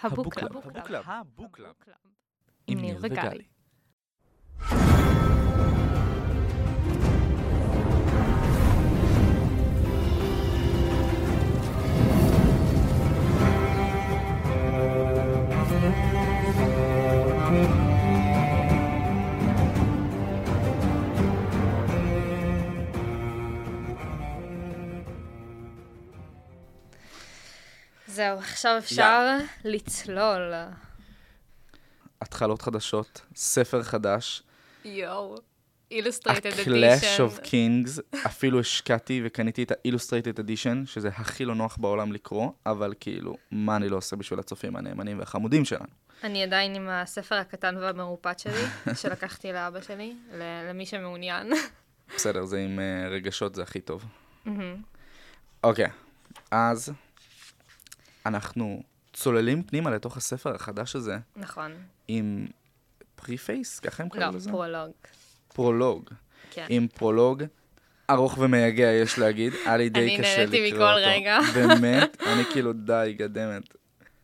הבוקלאב. עם ניר וגלי. זהו, עכשיו אפשר לצלול. התחלות חדשות, ספר חדש. יואו, Illustrated Edition. ה-Clash of Kings, אפילו השקעתי וקניתי את ה-Illustrated Edition, שזה הכי לא נוח בעולם לקרוא, אבל כאילו, מה אני לא עושה בשביל הצופים הנאמנים והחמודים שלנו? אני עדיין עם הספר הקטן והמרופט שלי, שלקחתי לאבא שלי, למי שמעוניין. בסדר, זה עם רגשות, זה הכי טוב. אוקיי, אז אנחנו צוללים פנימה לתוך הספר החדש הזה. נכון. עם פריפייס, ככה הם קראו לזה? לא, פרולוג. פרולוג. כן. עם פרולוג ארוך ומייגע, יש להגיד. היה לי די קשה לקרוא אותו. אני נהניתי מכל רגע. באמת, אני כאילו די גדמת.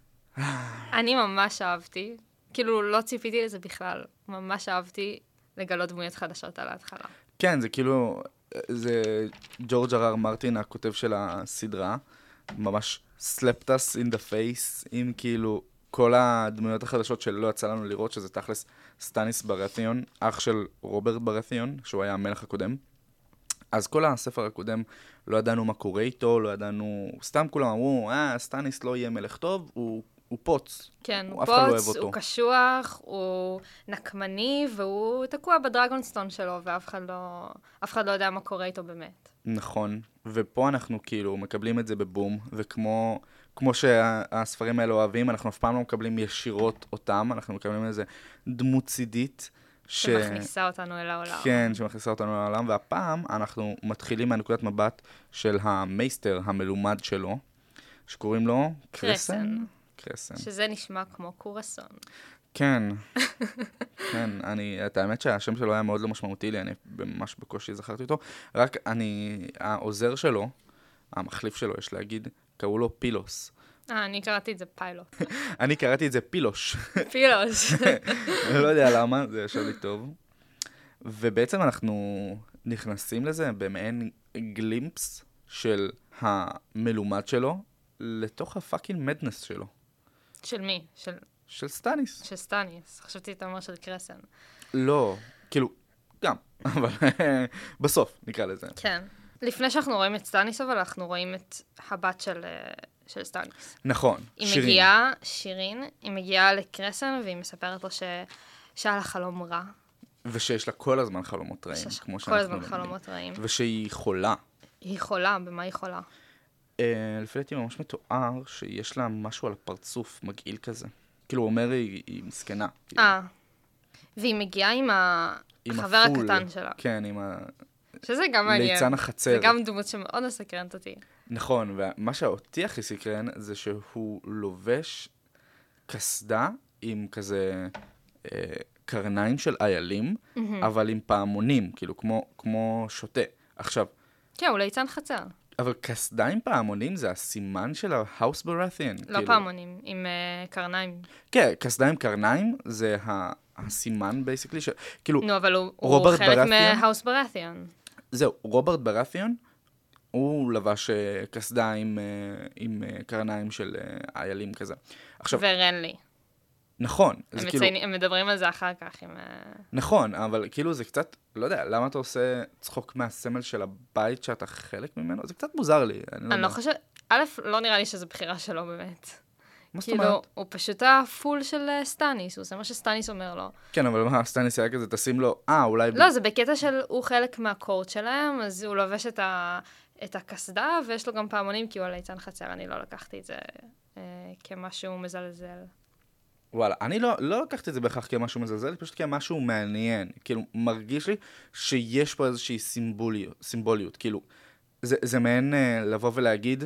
אני ממש אהבתי, כאילו לא ציפיתי לזה בכלל, ממש אהבתי לגלות דמויות חדשות על ההתחלה. כן, זה כאילו, זה ג'ורג' אר מרטין, הכותב של הסדרה, ממש slapped us in the face, עם כאילו כל הדמויות החדשות שלא יצא לנו לראות, שזה תכלס סטניס ברתיון, אח של רוברט ברתיון, שהוא היה המלך הקודם. אז כל הספר הקודם, לא ידענו מה קורה איתו, לא ידענו, סתם כולם אמרו, סטניס לא יהיה מלך טוב, הוא פוץ. כן, הוא אף אחד לא אוהב פוץ, אותו. הוא קשוח, הוא נקמני, והוא תקוע בדרגונסטון שלו, ואף אחד לא יודע מה קורה איתו באמת. נכון, ופה אנחנו כאילו מקבלים את זה בבום, וכמו שהספרים האלה אוהבים, אנחנו אף פעם לא מקבלים ישירות אותם, אנחנו מקבלים איזה דמות צידית, שמכניסה אותנו אל העולם. כן, שמכניסה אותנו אל העולם, והפעם אנחנו מתחילים מהנקודת מבט של המייסטר המלומד שלו, שקוראים לו קרסן. קרסן. שזה נשמע כמו קורסון. כן, כן, את האמת שהשם שלו היה מאוד לא משמעותי לי, אני ממש בקושי זכרתי אותו, רק העוזר שלו, המחליף שלו, יש להגיד, קראו לו פילוס. אני קראתי את זה פיילוט. אני קראתי את זה פילוש. פילוש. אני לא יודע למה, זה ישב לי טוב. ובעצם אנחנו נכנסים לזה במעין גלימפס של המלומד שלו, לתוך הפאקינג מדנס שלו. של מי? של סטניס. של סטניס. חשבתי את אומר של קרסן. לא, כאילו, גם, אבל בסוף נקרא לזה. כן. לפני שאנחנו רואים את סטניס, אבל אנחנו רואים את הבת של סטניס. נכון, שירין. היא מגיעה, שירין, היא מגיעה לקרסן, והיא מספרת לו שהיה לה חלום רע. ושיש לה כל הזמן חלומות רעים, כמו שאנחנו כל הזמן חלומות רעים. ושהיא חולה. היא חולה, במה היא חולה? לפי דעתי ממש מתואר שיש לה משהו על הפרצוף מגעיל כזה. כאילו הוא אומר היא מסכנה. והיא מגיעה עם החבר הקטן שלה. כן, עם שזה גם מעניין. ליצן החצר. זה גם דמות שמאוד מסקרנת אותי. נכון, ומה שאותי הכי סקרן זה שהוא לובש קסדה עם כזה קרניים של איילים, אבל עם פעמונים, כאילו כמו שוטה. עכשיו... כן, הוא ליצן חצר. אבל קסדה עם פעמונים זה הסימן של ההאוס ברת'יאן. לא כאילו. פעמונים, עם קרניים. כן, קסדה עם קרניים זה הסימן בייסיקלי של... כאילו, נו, אבל הוא חלק מההאוס ברת'יאן. זהו, רוברט ברת'יון, הוא לבש קסדה עם קרניים של איילים כזה. עכשיו, ורנלי. נכון. הם מדברים על זה אחר כך. נכון, אבל כאילו זה קצת, לא יודע, למה אתה עושה צחוק מהסמל של הבית שאתה חלק ממנו? זה קצת מוזר לי. אני לא חושב, לא נראה לי שזו בחירה שלו באמת. מה זאת אומרת? כאילו, הוא פשוט הפול של סטניס, הוא עושה מה שסטניס אומר לו. כן, אבל מה, סטניס היה כזה, תשים לו, אולי... לא, זה בקטע של הוא חלק מהקורט שלהם, אז הוא לובש את הקסדה, ויש לו גם פעמונים, כי הוא על ליצן חצר, אני לא לקחתי את זה כמשהו מזלזל. וואלה, אני לא לקחתי את זה בהכרח כמשהו מזלזל, פשוט כמשהו מעניין. כאילו, מרגיש לי שיש פה איזושהי סימבוליות. כאילו, זה מעין לבוא ולהגיד,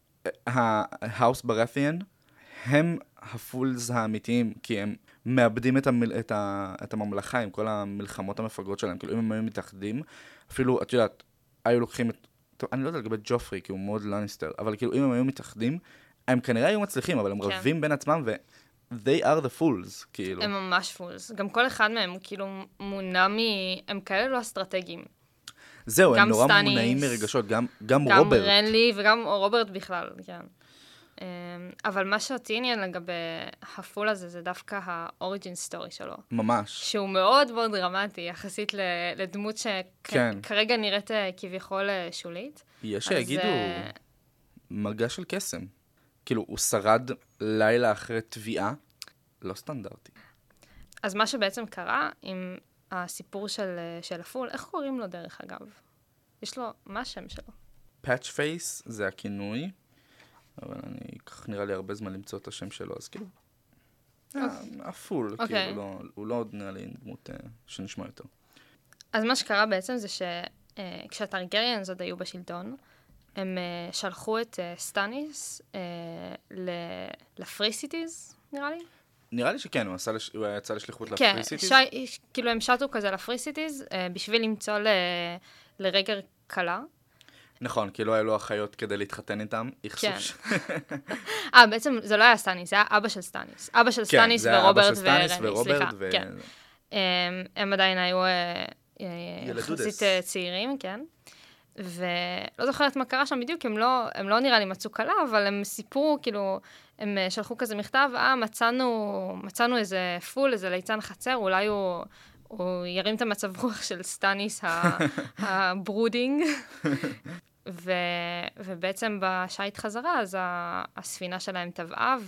ההאוס ברת'יאן, הם הפולס האמיתיים, כי הם מאבדים את הממלכה עם כל המלחמות המפגרות שלהם. כאילו, אם הם היו מתאחדים, אפילו, את יודעת, היו לוקחים את... טוב, אני לא יודע לגבי ג'ופרי, כי הוא מאוד לניסטר, אבל כאילו, אם הם היו מתאחדים, הם כנראה היו מצליחים, אבל הם כן. רבים בין עצמם, they are the fools, כאילו. הם ממש פולס. גם כל אחד מהם הוא כאילו מונע הם כאלה לא אסטרטגיים. זהו, הם נורא סטאניס, מונעים מרגשות, גם גם רוברט. רנלי וגם רוברט בכלל, כן. אבל מה שאותי עניין לגבי הפול הזה, זה דווקא האוריג'ין סטורי שלו. ממש. שהוא מאוד מאוד דרמטי, יחסית לדמות כן. שכרגע נראית כביכול שולית. יש שיגידו מגע של קסם. כאילו, הוא שרד לילה אחרי תביעה, לא סטנדרטי. אז מה שבעצם קרה עם הסיפור של הפול, איך קוראים לו דרך אגב? יש לו, מה השם שלו? פאץ' פייס זה הכינוי, אבל אני, כך נראה לי הרבה זמן למצוא את השם שלו, אז כאילו, הפול, כאילו, הוא לא עוד נראה לי דמות שנשמע יותר. אז מה שקרה בעצם זה שכשהטרגריאנס עוד היו בשלטון, הם שלחו את סטאניס לפריסיטיז, נראה לי? נראה לי שכן, הוא יצא לשליחות כן, לפריסיטיז. כאילו הם שטו כזה לפריסיטיז, בשביל למצוא לרגר קלה. נכון, כאילו היו לו אחיות כדי להתחתן איתם, יחסוש. בעצם זה לא היה סטאניס, זה היה אבא של סטאניס. אבא של סטאניס ורוברט ורני, סליחה. כן. הם עדיין היו יחסית צעירים, כן. ולא זוכרת מה קרה שם בדיוק, הם לא נראה לי מצאו קלה, אבל הם סיפרו, כאילו, הם שלחו כזה מכתב, מצאנו איזה פול, איזה ליצן חצר, אולי הוא ירים את המצב רוח של סטאניס הברודינג. ובעצם בשייט חזרה, אז הספינה שלהם טבעה,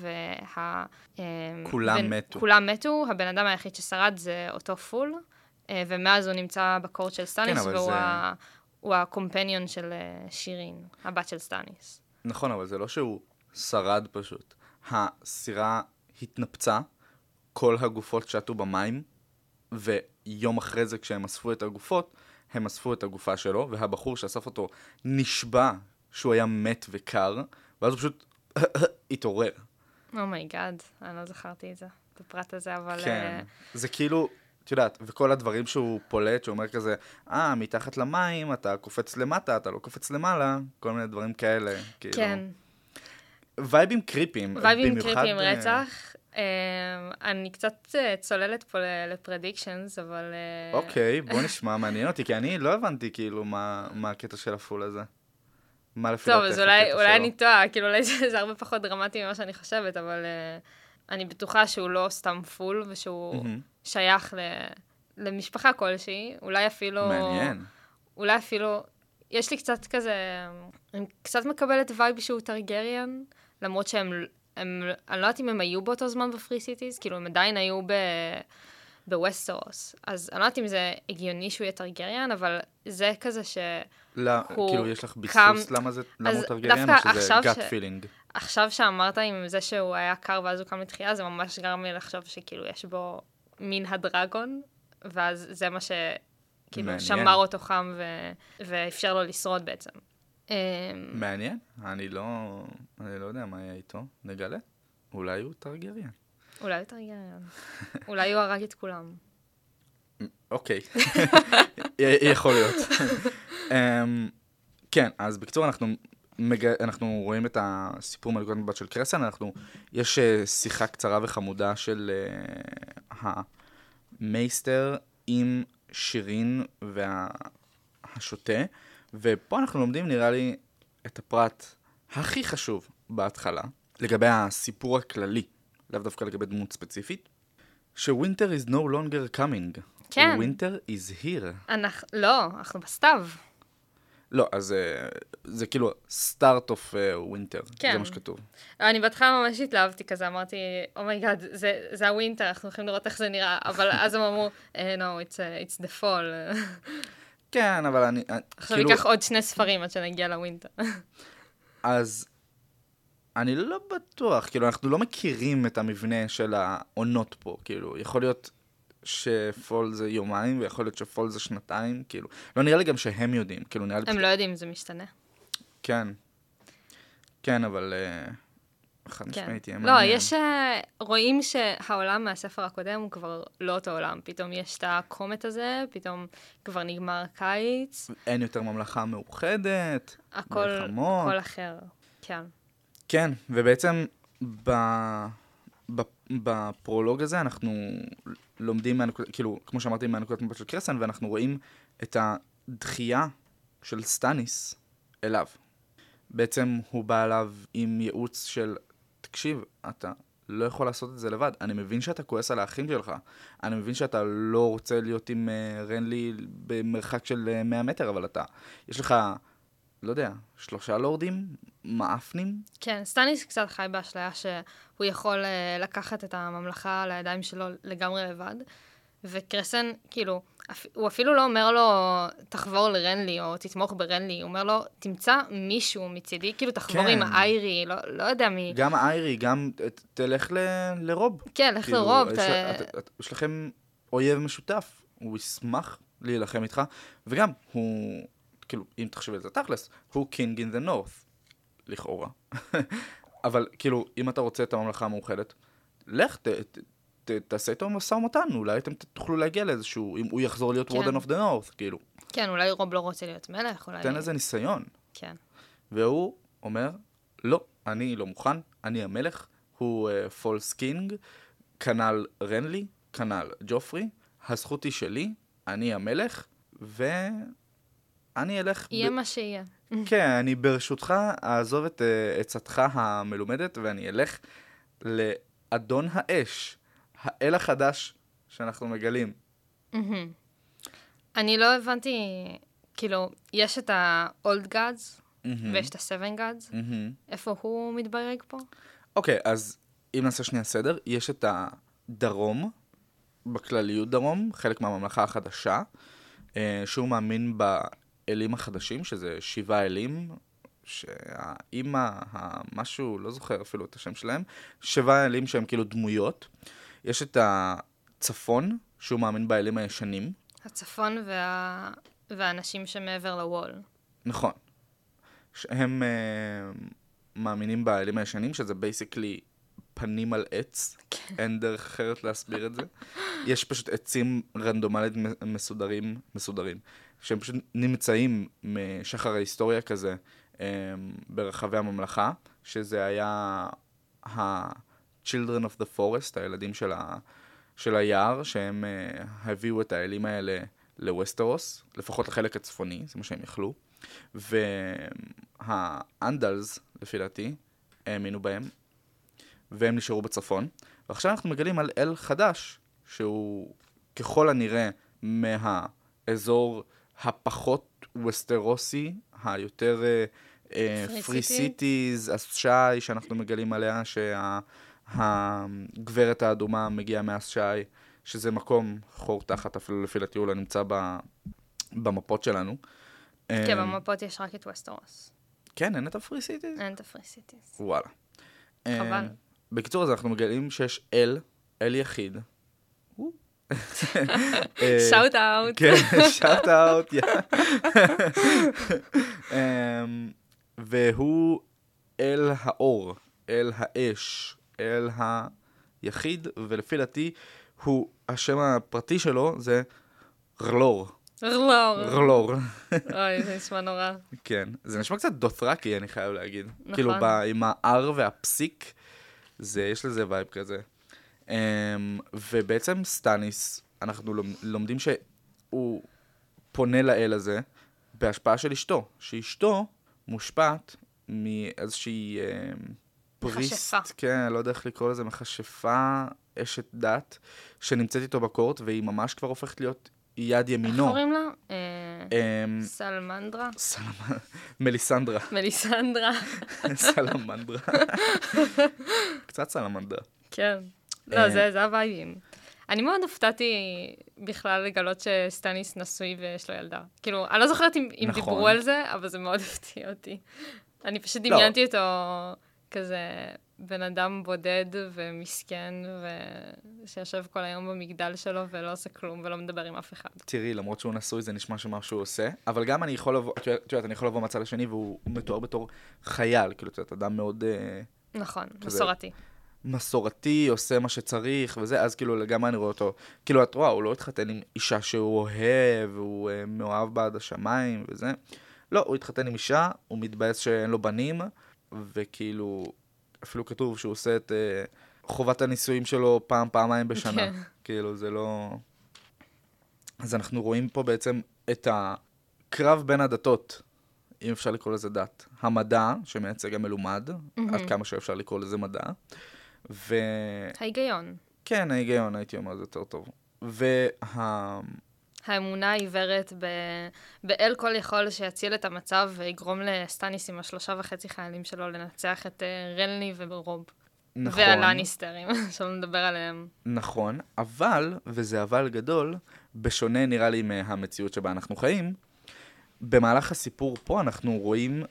כולם מתו. הבן אדם היחיד ששרד זה אותו פול, ומאז הוא נמצא בקורט של סטאניס, והוא הקומפניון של שירין, הבת של סטאניס. נכון, אבל זה לא שהוא שרד פשוט. הסירה התנפצה, כל הגופות שטו במים, ויום אחרי זה כשהם אספו את הגופות, הם אספו את הגופה שלו, והבחור שאסף אותו נשבע שהוא היה מת וקר, ואז הוא פשוט התעורר. אומייגאד, אני לא זכרתי את זה, את הפרט הזה, אבל... כן, זה כאילו, את יודעת, וכל הדברים שהוא פולט, שהוא אומר כזה, מתחת למים, אתה קופץ למטה, אתה לא קופץ למעלה, כל מיני דברים כאלה. כאילו. כן. וייבים קריפים. וייבים קריפים, רצח. אני קצת צוללת פה לפרדיקשנס, אבל... אוקיי, בוא נשמע, מעניין אותי, כי אני לא הבנתי כאילו מה הקטע של הפול הזה. מה לפי דעתך הקטע שלו? טוב, אז אולי אני טועה, כאילו אולי זה הרבה פחות דרמטי ממה שאני חושבת, אבל אני בטוחה שהוא לא סתם פול, ושהוא שייך למשפחה כלשהי, אולי אפילו... מעניין. אולי אפילו... יש לי קצת כזה... אני קצת מקבלת וייב שהוא טרגריאן, למרות שהם... אני לא יודעת אם הם היו באותו זמן בפרי סיטיז, כאילו הם עדיין היו בווסטרוס. אז אני לא יודעת אם זה הגיוני שהוא יהיה טרגריאן, אבל זה כזה כאילו יש לך ביסוס למה הוא טרגריאן, או שזה gut feeling? עכשיו שאמרת עם זה שהוא היה קר ואז הוא קם לתחייה, זה ממש גרם לי לחשוב שכאילו יש בו מין הדרגון, ואז זה מה שכאילו שמר אותו חם ואפשר לו לשרוד בעצם. מעניין, אני לא יודע מה היה איתו, נגלה. אולי הוא טרגריאן. אולי הוא טרגריאן. אולי הוא הרג את כולם. אוקיי, יכול להיות. כן, אז בקצור אנחנו רואים את הסיפור מנקודת מבט של קרסן, יש שיחה קצרה וחמודה של המייסטר עם שירין והשוטה, ופה אנחנו לומדים, נראה לי, את הפרט הכי חשוב בהתחלה, לגבי הסיפור הכללי, לאו דווקא לגבי דמות ספציפית, ש-Winter is no longer coming. כן. Winter is here. לא, אנחנו בסתיו. לא, אז זה כאילו start of winter, כן. זה מה שכתוב. אני בהתחלה ממש התלהבתי כזה, אמרתי, אומייגאד, זה הווינטר, אנחנו הולכים לראות איך זה נראה, אבל אז הם אמרו, no, it's the fall. כן, אבל אני... עכשיו ניקח עוד 2 ספרים עד שנגיע לווינטר. אז אני לא בטוח, כאילו, אנחנו לא מכירים את המבנה של העונות פה, כאילו, יכול להיות שפול זה יומיים, ויכול להיות שפול זה 2, כאילו, לא נראה לי גם שהם יודעים, כאילו, נראה לי... הם לא יודעים, זה משתנה. כן. כן, אבל... חד משמעית תהיה מעניין. לא, יש... רואים שהעולם מהספר הקודם הוא כבר לא אותו עולם. פתאום יש את הקומט הזה, פתאום כבר נגמר קיץ. אין יותר ממלכה מאוחדת. הכל אחר. כן. כן, ובעצם בפרולוג הזה אנחנו לומדים, כאילו, כמו שאמרתי, מהנקודת מבט של קרסן, ואנחנו רואים את הדחייה של סטאניס אליו. בעצם הוא בא אליו עם ייעוץ של, תקשיב, אתה לא יכול לעשות את זה לבד. אני מבין שאתה כועס על האחים שלך. אני מבין שאתה לא רוצה להיות עם רנלי במרחק של 100 מטר, אבל יש לך, לא יודע, 3 לורדים, מאפנים. כן, סטאניס קצת חי באשליה שהוא יכול לקחת את הממלכה לידיים שלו לגמרי לבד. וקרסן, כאילו, הוא אפילו לא אומר לו, תחבור לרנלי, או תתמוך ברנלי, הוא אומר לו, תמצא מישהו מצידי, כאילו, תחבור עם האיירי, לא יודע מי. גם האיירי, גם תלך לרוב. כן, לך לרוב. יש לכם אויב משותף, הוא ישמח להילחם איתך, וגם הוא, כאילו, אם תחשב את זה תכלס, הוא King in the North, לכאורה. אבל, כאילו, אם אתה רוצה את הממלכה המאוחדת, לך, תעשה איתו משא ומתן, אולי אתם תוכלו להגיע לאיזשהו, אם הוא יחזור להיות Warden of the North, כאילו. כן, אולי רוב לא רוצה להיות מלך, אולי... תן איזה ניסיון. כן. והוא אומר, לא, אני לא מוכן, אני המלך, הוא פולס קינג, כנל רנלי, כנל ג'ופרי, הזכות היא שלי, אני המלך, ואני אלך... יהיה מה שיהיה. כן, אני ברשותך אעזוב את עצתך המלומדת, ואני אלך לאדון האש. האל החדש שאנחנו מגלים. אני לא הבנתי, כאילו, יש את ה-Old Gods, ויש את ה-Seven Gods. איפה הוא מתברג פה? אוקיי, אז אם נעשה שנייה סדר, יש את הדרום, בכלליות דרום, חלק מהממלכה החדשה, שהוא מאמין באלים החדשים, שזה 7 אלים, שהאימא, משהו, לא זוכר אפילו את השם שלהם, 7 אלים שהם כאילו דמויות. יש את הצפון, שהוא מאמין באלים הישנים. הצפון והאנשים שמעבר לוול. נכון. הם מאמינים באלים הישנים, שזה basically פנים על עץ. אין דרך אחרת להסביר את זה. יש פשוט עצים רנדומלית מסודרים, שהם פשוט נמצאים משחר ההיסטוריה כזה, ברחבי הממלכה, שזה היה Children of the Forest, הילדים של היער, שהם הביאו את האלים האלה לווסטרוס, לפחות לחלק הצפוני, זה מה שהם יכלו. והאנדלס, לפי דעתי, האמינו בהם, והם נשארו בצפון. ועכשיו אנחנו מגלים על אל חדש, שהוא ככל הנראה מהאזור הפחות ווסטרוסי, היותר פרי סיטיז, אסשאי, שאנחנו מגלים עליה, הגברת האדומה מגיעה מאסשאי, שזה מקום חור תחת, אפילו לפי הטיול הנמצא במפות שלנו. כן, במפות יש רק את ווסטרוס. כן, אין את הפרי סיטיז? אין את הפרי סיטיז. וואלה. חבל. בקיצור, אז אנחנו מגלים שיש אל יחיד. שאוט אאוט. כן, שאוט אאוט. והוא אל האור, אל האש, אל היחיד, ולפי דעתי, השם הפרטי שלו זה רלור. רלור. אוי, זה נשמע נורא. כן, זה נשמע קצת דות'רקי, אני חייב להגיד. נכון. כאילו, עם האר והפסיק, יש לזה וייב כזה. ובעצם סטאניס, אנחנו לומדים שהוא פונה לאל הזה בהשפעה של אשתו, שאשתו מושפעת מאיזושהי פריסט, כן, לא יודע איך לקרוא לזה, מכשפה, אשת דת, שנמצאת איתו בקורט, והיא ממש כבר הופכת להיות יד ימינו. איך קוראים לה? סלמנדרה? מליסנדרה. מליסנדרה. סלמנדרה. קצת סלמנדרה. כן. לא, זה הווייבים. אני מאוד הופתעתי בכלל לגלות שסטאניס נשוי ויש לו ילדה. כאילו, אני לא זוכרת אם דיברו על זה, אבל זה מאוד הפתיע אותי. אני פשוט דמיינתי אותו כזה בן אדם בודד ומסכן, שיושב כל היום במגדל שלו ולא עושה כלום ולא מדבר עם אף אחד. תראי, למרות שהוא נשוי, זה נשמע שמה שהוא עושה, אבל גם אני יכול לבוא, אני יכול לבוא מהצד השני, והוא מתואר בתור חייל, כאילו, אתה אדם מאוד... נכון, מסורתי. מסורתי, עושה מה שצריך וזה, אז כאילו לגמרי אני רואה אותו, כאילו את רואה, הוא לא התחתן עם אישה שהוא אוהב, הוא מאוהב בעד השמיים וזה. לא, הוא התחתן עם אישה, הוא מתבאס שאין לו בנים, וכאילו, אפילו כתוב שהוא עושה את חובת הניסויים שלו פעמיים בשנה. כאילו, זה לא... אז אנחנו רואים פה בעצם את הקרב בין הדתות, אם אפשר לקרוא לזה דת. המדע, שמייצג המלומד, עד כמה שאפשר לקרוא לזה מדע. ההיגיון. כן, ההיגיון, הייתי אומר, זה יותר טוב. האמונה העיוורת באל כל יכול שיציל את המצב ויגרום לסטניס עם 3.5 חיילים שלו לנצח את רלני ורוב. נכון. והלניסטרים, שלא נדבר עליהם. נכון, אבל, וזה אבל גדול, בשונה נראה לי מהמציאות שבה אנחנו חיים, במהלך הסיפור פה אנחנו רואים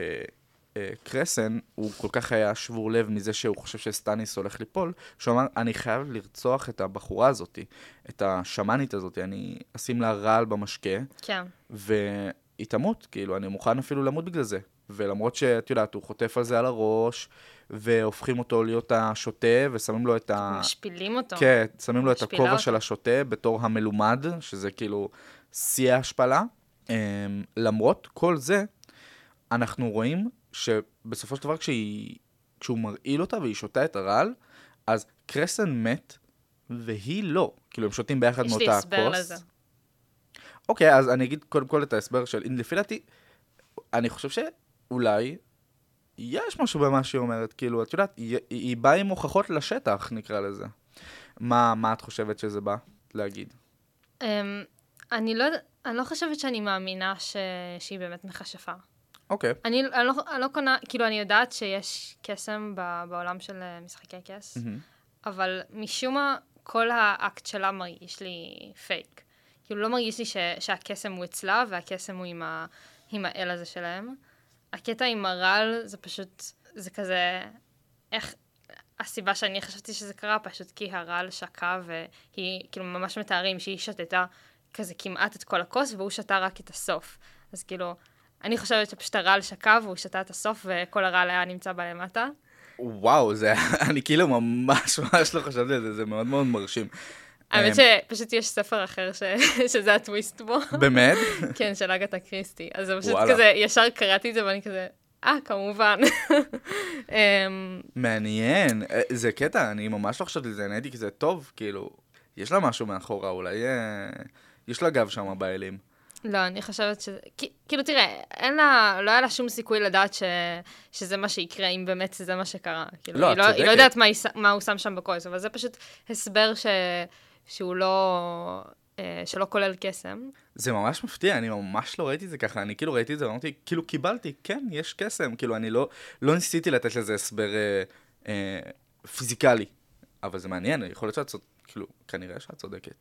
שקרסן, הוא כל כך היה שבור לב מזה שהוא חושב שסטניס הולך ליפול, שהוא אמר, אני חייב לרצוח את הבחורה הזאת, את השמנית הזאת, אני אשים לה רעל במשקה, כן. והיא תמות, כאילו, אני מוכן אפילו למות בגלל זה. ולמרות שאת יודעת, הוא חוטף על זה על הראש, והופכים אותו להיות השוטה, ושמים לו את משפילים אותו. כן, שמים לו את הכובע של השוטה בתור המלומד, שזה כאילו שיא ההשפלה. למרות כל זה, אנחנו רואים שבסופו של דבר כשהוא מרעיל אותה והיא שותה את הרעל, אז קרסן מת, והיא לא. כאילו, הם שותים ביחד מאותה הכוס. יש לי הסבר לזה. אוקיי, אז אני אגיד קודם כל את ההסבר של... לפי דעתי, אני חושב שאולי יש משהו במה שהיא אומרת. כאילו, את יודעת, היא באה עם הוכחות לשטח, נקרא לזה. מה את חושבת שזה בא להגיד? אני לא חושבת שאני מאמינה שהיא באמת מכשפה. אוקיי. אני לא קונה, כאילו אני יודעת שיש קסם בעולם של משחקי כס, אבל משום מה כל האקט שלה מרגיש לי פייק. כאילו לא מרגיש לי שהקסם הוא אצלה והקסם הוא עם האל הזה שלהם. הקטע עם הרעל זה פשוט, זה כזה, איך, הסיבה שאני חשבתי שזה קרה פשוט כי הרעל שקע והיא, כאילו ממש מתארים שהיא שתתה כזה כמעט את כל הכוס והוא שתה רק את הסוף. אז כאילו, אני חושבת שפשוט הרעל שקע והוא שתה את הסוף וכל הרעל היה נמצא בלמטה. וואו, אני כאילו ממש לא חשבתי על זה, זה מאוד מאוד מרשים. האמת שפשוט יש ספר אחר שזה הטוויסט בו. באמת? כן, של אגתה קריסטי. אז זה פשוט כזה, ישר קראתי את זה ואני כזה, כמובן. מעניין. זה קטע, אני ממש לא חשבתי על זה, אני הייתי כזה טוב, כאילו, יש לה משהו מאחורה, אולי יש לה גב שם באלים. לא, אני חושבת שזה... כאילו, תראה, לא היה לה שום סיכוי לדעת שזה מה שיקרה, אם באמת זה מה שקרה. לא, את צודקת. היא לא יודעת מה הוא שם שם בכוס, אבל זה פשוט הסבר שהוא לא... שלא כולל קסם. זה ממש מפתיע, אני ממש לא ראיתי את זה ככה. אני כאילו ראיתי את זה ואמרתי, כאילו קיבלתי, כן, יש קסם. כאילו, אני לא ניסיתי לתת לזה הסבר פיזיקלי. אבל זה מעניין, יכול להיות שאת צודקת, כאילו, כנראה שאת צודקת.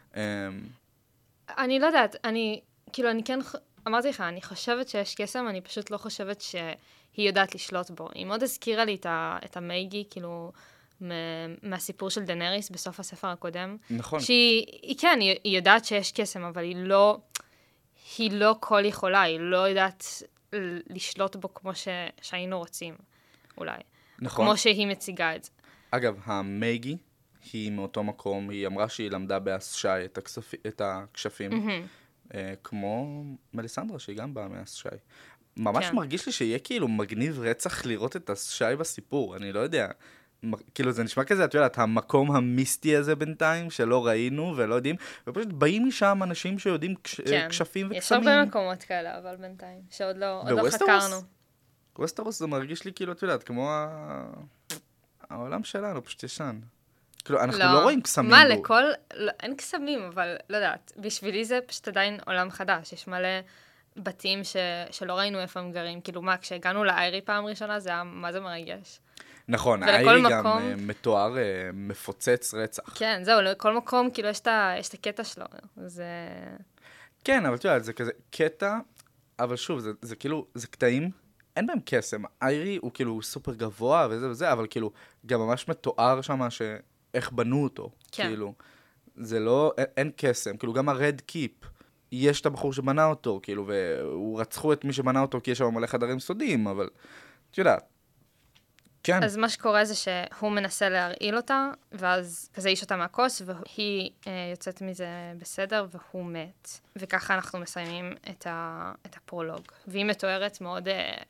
אני לא יודעת, אני כן, אמרתי לך, אני חושבת שיש קסם, אני פשוט לא חושבת שהיא יודעת לשלוט בו. היא מאוד הזכירה לי את המייגי, כאילו, מהסיפור של דנריס בסוף הספר הקודם. נכון. שהיא כן, היא יודעת שיש קסם, אבל היא לא כל יכולה, היא לא יודעת לשלוט בו כמו שהיינו רוצים, אולי. נכון. כמו שהיא מציגה את זה. אגב, המייגי, היא מאותו מקום, היא אמרה שהיא למדה באס-שי את הכשפים, כמו מליסנדרה, שהיא גם באה מאס-שי. ממש מרגיש לי שיהיה כאילו מגניב רצח לראות את אס-שי בסיפור, אני לא יודע. כאילו זה נשמע כזה, את יודעת, המקום המיסטי הזה בינתיים, שלא ראינו ולא יודעים, ופשוט באים משם אנשים שיודעים כשפים וקסמים. יש הרבה מקומות כאלה, אבל בינתיים, שעוד לא חקרנו. ווסטרוס זה מרגיש לי כאילו, את יודעת, כמו העולם שלנו, פשוט ישן. כאילו, אנחנו לא רואים קסמים בו. מה, אין קסמים, אבל לא יודעת. בשבילי זה פשוט עדיין עולם חדש. יש מלא בתים שלא ראינו איפה הם גרים. כאילו, מה, כשהגענו לאיירי פעם ראשונה, זה היה מה זה מרגש. נכון, האיירי גם מתואר מפוצץ רצח. כן, זהו, לכל מקום, כאילו, יש את הקטע שלו. כן, אבל אתה יודע, זה כזה קטע, אבל שוב, זה כאילו, זה קטעים, אין בהם קסם. האיירי הוא כאילו סופר גבוה וזה וזה, אבל כאילו, גם ממש מתואר שם איך בנו אותו. כן. כאילו, זה לא, אין קסם. כאילו, גם הרד קיפ, יש את הבחור שבנה אותו, כאילו, והוא רצחו את מי שבנה אותו, כי יש שם מלא חדרים סודיים, אבל, אתה יודע, כן. אז מה שקורה זה שהוא מנסה להרעיל אותה, ואז כזה איש אותה מהכוס, והיא יוצאת מזה בסדר, והוא מת. וככה אנחנו מסיימים את הפרולוג. והיא מתוארת מאוד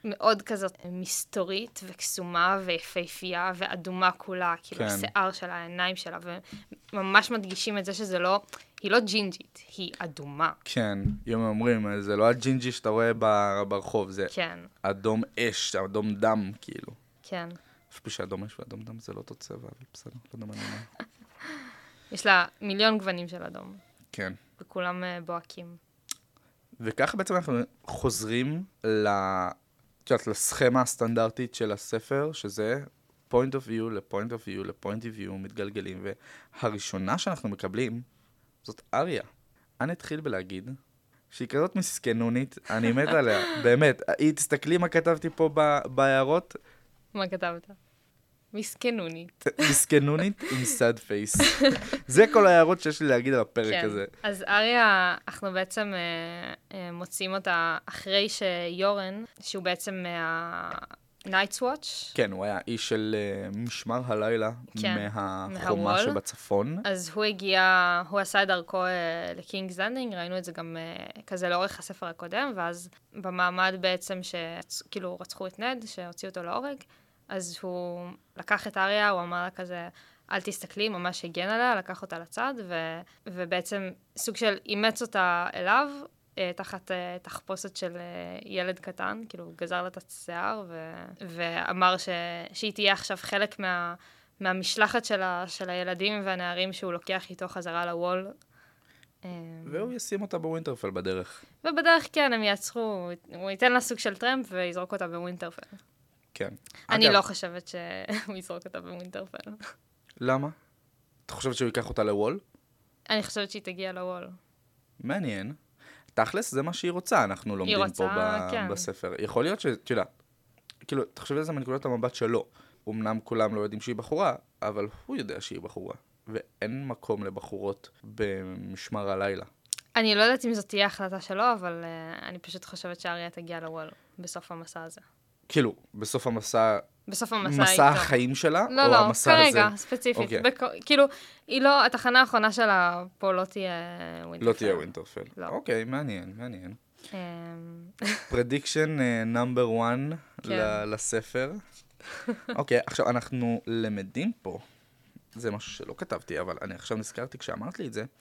מאוד כזאת מסתורית וקסומה ויפהפייה ואדומה כולה, כאילו השיער שלה, העיניים שלה, וממש מדגישים את זה שזה לא, היא לא ג'ינג'ית, היא אדומה. כן, אם אומרים, זה לא הג'ינג'י שאתה רואה ברחוב, זה אדום אש, אדום דם, כאילו. כן. אפילו שאדום אש ואדום דם זה לא אותו צבע, אבל בסדר, לא יודע מה אני אומר. יש לה מיליון גוונים של אדום. כן. וכולם בוהקים. וככה בעצם אנחנו חוזרים לסכמה הסטנדרטית של הספר, שזה point of view לפוינט of view לפוינט of view מתגלגלים, והראשונה שאנחנו מקבלים זאת אריה. אני אתחיל בלהגיד שהיא כזאת מסכנונית, אני מת עליה, באמת. תסתכלי מה כתבתי פה בהערות. מה כתבת? מסכנונית. מסכנונית עם סאד פייס. זה כל ההערות שיש לי להגיד על הפרק הזה. אז אריה, אנחנו בעצם מוצאים אותה אחרי שיורן, שהוא בעצם מה-Night's Watch. כן, הוא היה איש של משמר הלילה מהחומה שבצפון. אז הוא עשה את דרכו לקינגס לנדינג, ראינו את זה גם כזה לאורך הספר הקודם, ואז במעמד בעצם שכאילו רצחו את נד, שהוציאו אותו להורג, אז הוא לקח את אריה, הוא אמר לה כזה, אל תסתכלי, ממש הגן עליה, לקח אותה לצד, ובעצם סוג של אימץ אותה אליו, תחת תחפושת של ילד קטן, כאילו גזר לה את השיער, ואמר שהיא תהיה עכשיו חלק מהמשלחת של הילדים והנערים שהוא לוקח איתו חזרה לוול. והוא ישים אותה בווינטרפל בדרך. ובדרך כן, הם יעצרו, הוא ייתן לה סוג של טרמפ ויזרוק אותה בווינטרפל. כן. אני לא חושבת שהוא יזרוק אותה בווינטרפל. למה? אתה חושבת שהוא ייקח אותה לוול? אני חושבת שהיא תגיע לוול. מעניין. תכלס, זה מה שהיא רוצה, אנחנו לומדים פה בספר. יכול להיות שתדע, כאילו, תחשבי על זה מנקודת המבט שלו. אמנם כולם לא יודעים שהיא בחורה, אבל הוא יודע שהיא בחורה. ואין מקום לבחורות במשמר הלילה. אני לא יודעת אם זאת תהיה החלטה שלו, אבל אני פשוט חושבת שאריה תגיע לוול בסוף המסע הזה. כאילו, בסוף המסע... בסוף המסע מסע החיים שלה? לא, לא, כרגע, ספציפית. כאילו, היא לא, התחנה האחרונה שלה פה לא תהיה ווינטרפל. לא תהיה ווינטרפל. אוקיי, מעניין, מעניין. prediction number 1 לספר. אוקיי, עכשיו אנחנו למדים פה, זה משהו שלא כתבתי, אבל אני עכשיו נזכרתי כשאמרת לי את זה,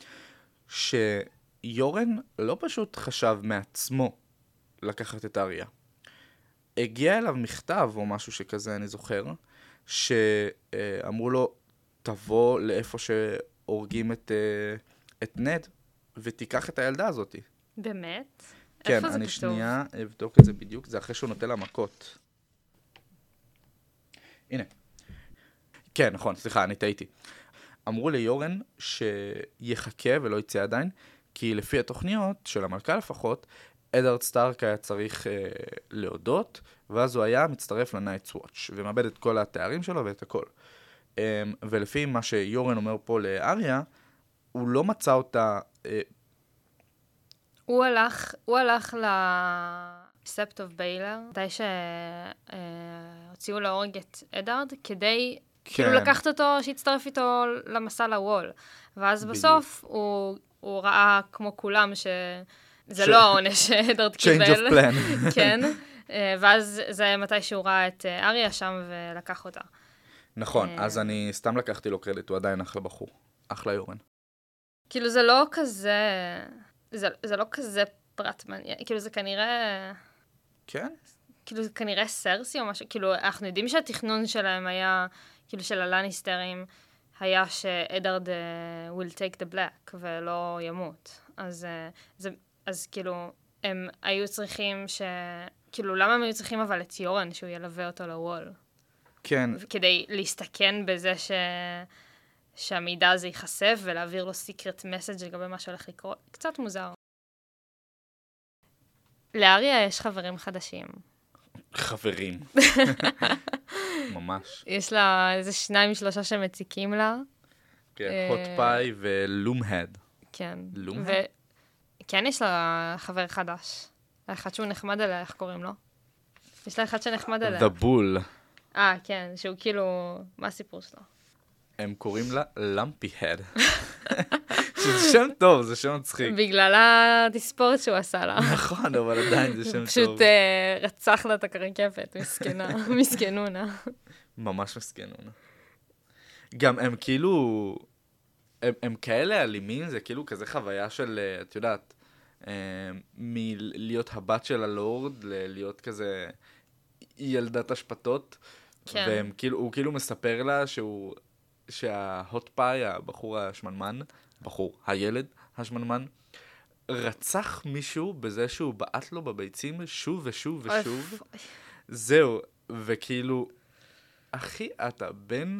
שיורן לא פשוט חשב מעצמו לקחת את אריה. הגיע אליו מכתב או משהו שכזה, אני זוכר, שאמרו לו, תבוא לאיפה שהורגים את נד, ותיקח את הילדה הזאת. באמת? כן, איפה זה אני כתוב? שנייה אבדוק את זה בדיוק, זה אחרי שהוא נוטה לה מכות. הנה. כן, נכון, סליחה, אני טעיתי. אמרו ליורן שיחכה ולא יצא עדיין, כי לפי התוכניות של המלכה לפחות, אדארד סטארק היה צריך להודות, ואז הוא היה מצטרף ל-Night's Watch, ומאבד את כל התארים שלו ואת הכל. ולפי מה שיורן אומר פה לאריה, הוא לא מצא אותה... הוא הלך לספט אוף ביילר, מתי שהוציאו להורג את אדארד, כדי כאילו לקחת אותו, שיצטרף איתו למסע לוול. ואז בסוף הוא ראה כמו כולם זה לא העונש שאדארד קיבל. Change of plan. כן. ואז זה מתי שהוא ראה את אריה שם ולקח אותה. נכון, אז אני סתם לקחתי לו קרדיט, הוא עדיין אחלה בחור. אחלה יורן. כאילו זה לא כזה... זה לא כזה פרט מעניין, כאילו זה כנראה... כן? כאילו זה כנראה סרסי או משהו, כאילו אנחנו יודעים שהתכנון שלהם היה, כאילו של הלניסטרים, היה שאדארד will take the black ולא ימות. אז כאילו הם היו צריכים כאילו למה הם היו צריכים אבל את יורן שהוא ילווה אותו לוול? כן. כדי להסתכן בזה שהמידע הזה ייחשף ולהעביר לו סיקרט מסאג' לגבי מה שהולך לקרות. קצת מוזר. לאריה יש חברים חדשים. חברים. ממש. יש לה איזה 2-3 שמציקים לה. כן, הוט פאי ולום-הד. כן. לום-הד? כן, יש לה חבר חדש. אחד שהוא נחמד אליה, איך קוראים לו? יש לה אחד שנחמד אליה. The Bull. כן, שהוא כאילו... מה הסיפור שלו? הם קוראים לה למפי-הד. שזה שם טוב, זה שם מצחיק. בגלל התספורת שהוא עשה לה. נכון, אבל עדיין זה שם טוב. פשוט רצח לה את הקרקפת, מסכנונה. ממש מסכנונה. גם הם כאילו, הם כאלה אלימים, זה כאילו כזה חוויה של, את יודעת, מלהיות הבת של הלורד, להיות כזה ילדת השפטות, כן. והוא כאילו מספר לה שההוט פאי, הבחור השמנמן, הילד השמנמן, רצח מישהו בזה שהוא בעט לו בביצים שוב ושוב ושוב. זהו, וכאילו, אחי, אתה בן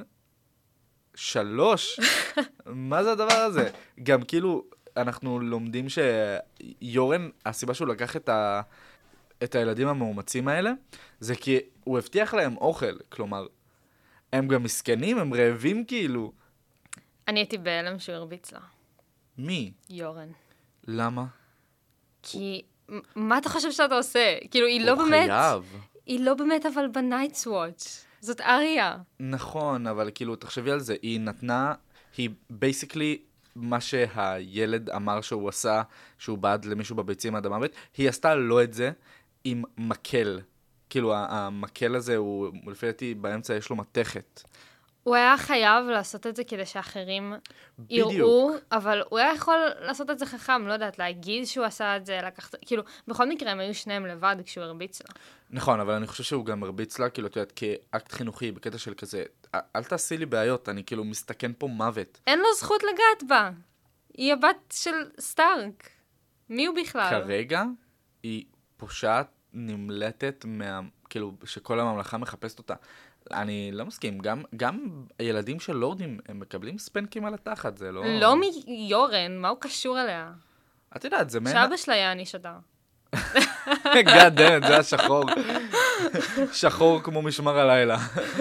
3. מה זה הדבר הזה? גם כאילו, אנחנו לומדים שיורן, הסיבה שהוא לקח את הילדים המאומצים האלה, זה כי הוא הבטיח להם אוכל. כלומר, הם גם מסכנים, הם רעבים כאילו. אני הייתי בהלם שהוא הרביץ לה. מי? יורן. למה? כי, מה אתה חושב שאתה עושה? כאילו, היא לא באמת... הוא חייב. היא לא באמת אבל בנייטס וואץ'. זאת אריה. נכון, אבל כאילו, תחשבי על זה, היא נתנה, היא בייסיקלי, מה שהילד אמר שהוא עשה, שהוא בעד למישהו בביצים עד המוות, היא עשתה לו את זה עם מקל. כאילו, המקל הזה, הוא, לפי דעתי, באמצע יש לו מתכת. הוא היה חייב לעשות את זה כדי שאחרים יראו, אבל הוא היה יכול לעשות את זה חכם, לא יודעת, להגיד שהוא עשה את זה, לקחת, כאילו, בכל מקרה הם היו שניהם לבד כשהוא הרביץ לה. נכון, אבל אני חושב שהוא גם הרביץ לה, כאילו, את יודעת, כאקט חינוכי, בקטע של כזה, אל תעשי לי בעיות, אני כאילו מסתכן פה מוות. אין לו זכות לגעת בה. היא הבת של סטארק. מי הוא בכלל? כרגע היא פושעת, נמלטת כאילו, שכל הממלכה מחפשת אותה. אני לא מסכים, גם הילדים של לורדים, הם מקבלים ספנקים על התחת, זה לא... לא מיורן, מה הוא קשור אליה? את יודעת, זה שאבא שלה יעניש אותה. God damn it, זה השחור. שחור כמו משמר הלילה.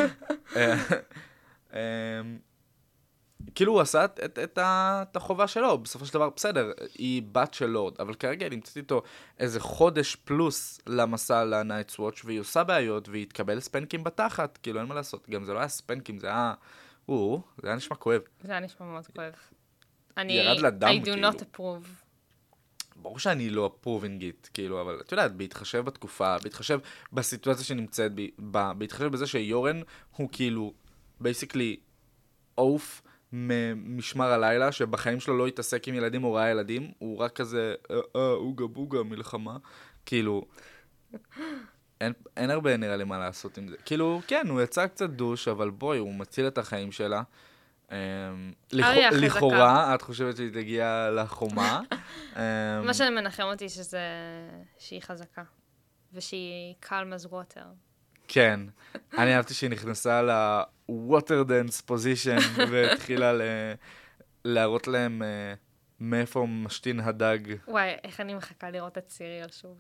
כאילו הוא עשה את החובה שלו, בסופו של דבר, בסדר, היא בת של לורד, אבל כרגע נמצאת איתו איזה חודש פלוס למסע לנייטס וואץ' והיא עושה בעיות, והיא תקבל ספנקים בתחת, כאילו אין מה לעשות, גם זה לא היה ספנקים, זה היה, זה היה נשמע כואב. זה היה נשמע מאוד כואב. ירד לדם, I do not approve. ברור שאני לא approving it, כאילו, אבל את יודעת, בהתחשב בתקופה, בהתחשב בסיטואציה שנמצאת, בהתחשב בזה שיורן הוא כאילו, basically, עוף ממשמר הלילה, שבחיים שלו לא יתעסק עם ילדים או ראה ילדים, הוא רק כזה, אוגה בוגה, מלחמה, כאילו, אין הרבה נראה לי מה לעשות עם זה. כאילו, כן, הוא יצא קצת דוש, אבל בואי, הוא מציל את החיים שלה. לכאורה, את חושבת שהיא תגיע לחומה. מה שמנחם אותי שהיא חזקה, ושהיא calm as water. כן, אני אהבתי שהיא נכנסה ל-water dance position, והתחילה להראות להם מאיפה משתין הדג. וואי, איך אני מחכה לראות את סיריל שוב.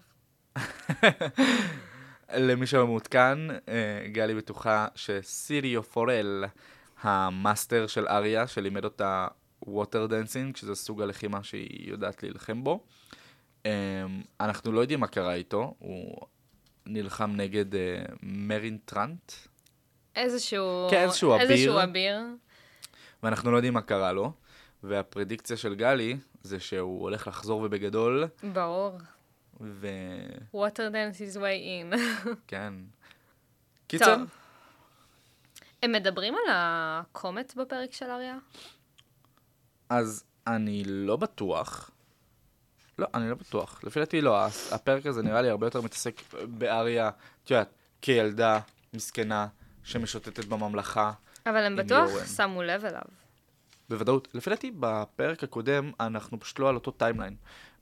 למי שמעודכן, גלי בטוחה שסיריו פורל, המאסטר של אריה, שלימד אותה water dancing, שזה סוג הלחימה שהיא יודעת להילחם בו. אנחנו לא יודעים מה קרה איתו, הוא נלחם נגד מרין טרנט. איזשהו אביר. ואנחנו לא יודעים מה קרה לו, והפרדיקציה של גלי זה שהוא הולך לחזור ובגדול. ברור. water dance is way in. כן. קיצר. טוב. הם מדברים על הקומט בפרק של אריה? אז אני לא בטוח. לא, אני לא בטוח. לפי דעתי לא. הפרק הזה נראה לי הרבה יותר מתעסק באריה, תיודעת, כילדה מסכנה שמשוטטת בממלכה. אבל הם בטוח שמו לב אליו. בוודאות. לפי דעתי בפרק הקודם, אנחנו פשוט לא על אותו טיימליין.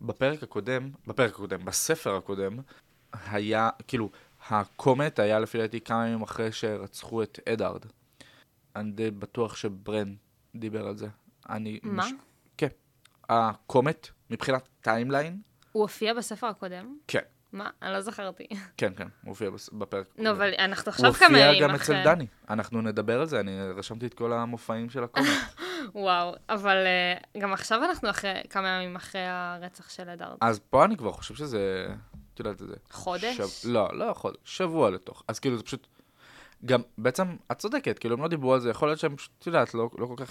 בספר הקודם, היה, כאילו, הקומט היה לפי דעתי כמה ימים אחרי שרצחו את אדארד. אני די בטוח שברן דיבר על זה. מה? כן. הקומט, מבחינת טיימליין. הוא הופיע בספר הקודם? כן. מה? אני לא זכרתי. כן, הוא הופיע בפרק. נו, אבל אנחנו עכשיו כמה ימים אחרי. הוא הופיע גם אצל דני. אנחנו נדבר על זה, אני רשמתי את כל המופעים של הקומט. וואו, אבל גם עכשיו אנחנו כמה ימים אחרי הרצח של אדארד. אז פה אני כבר חושב שזה, את יודעת את זה. חודש? לא חודש, שבוע לתוך. אז כאילו זה פשוט, גם בעצם את צודקת, כאילו הם לא דיברו על זה, יכול להיות שהם פשוט, את יודעת, לא כל כך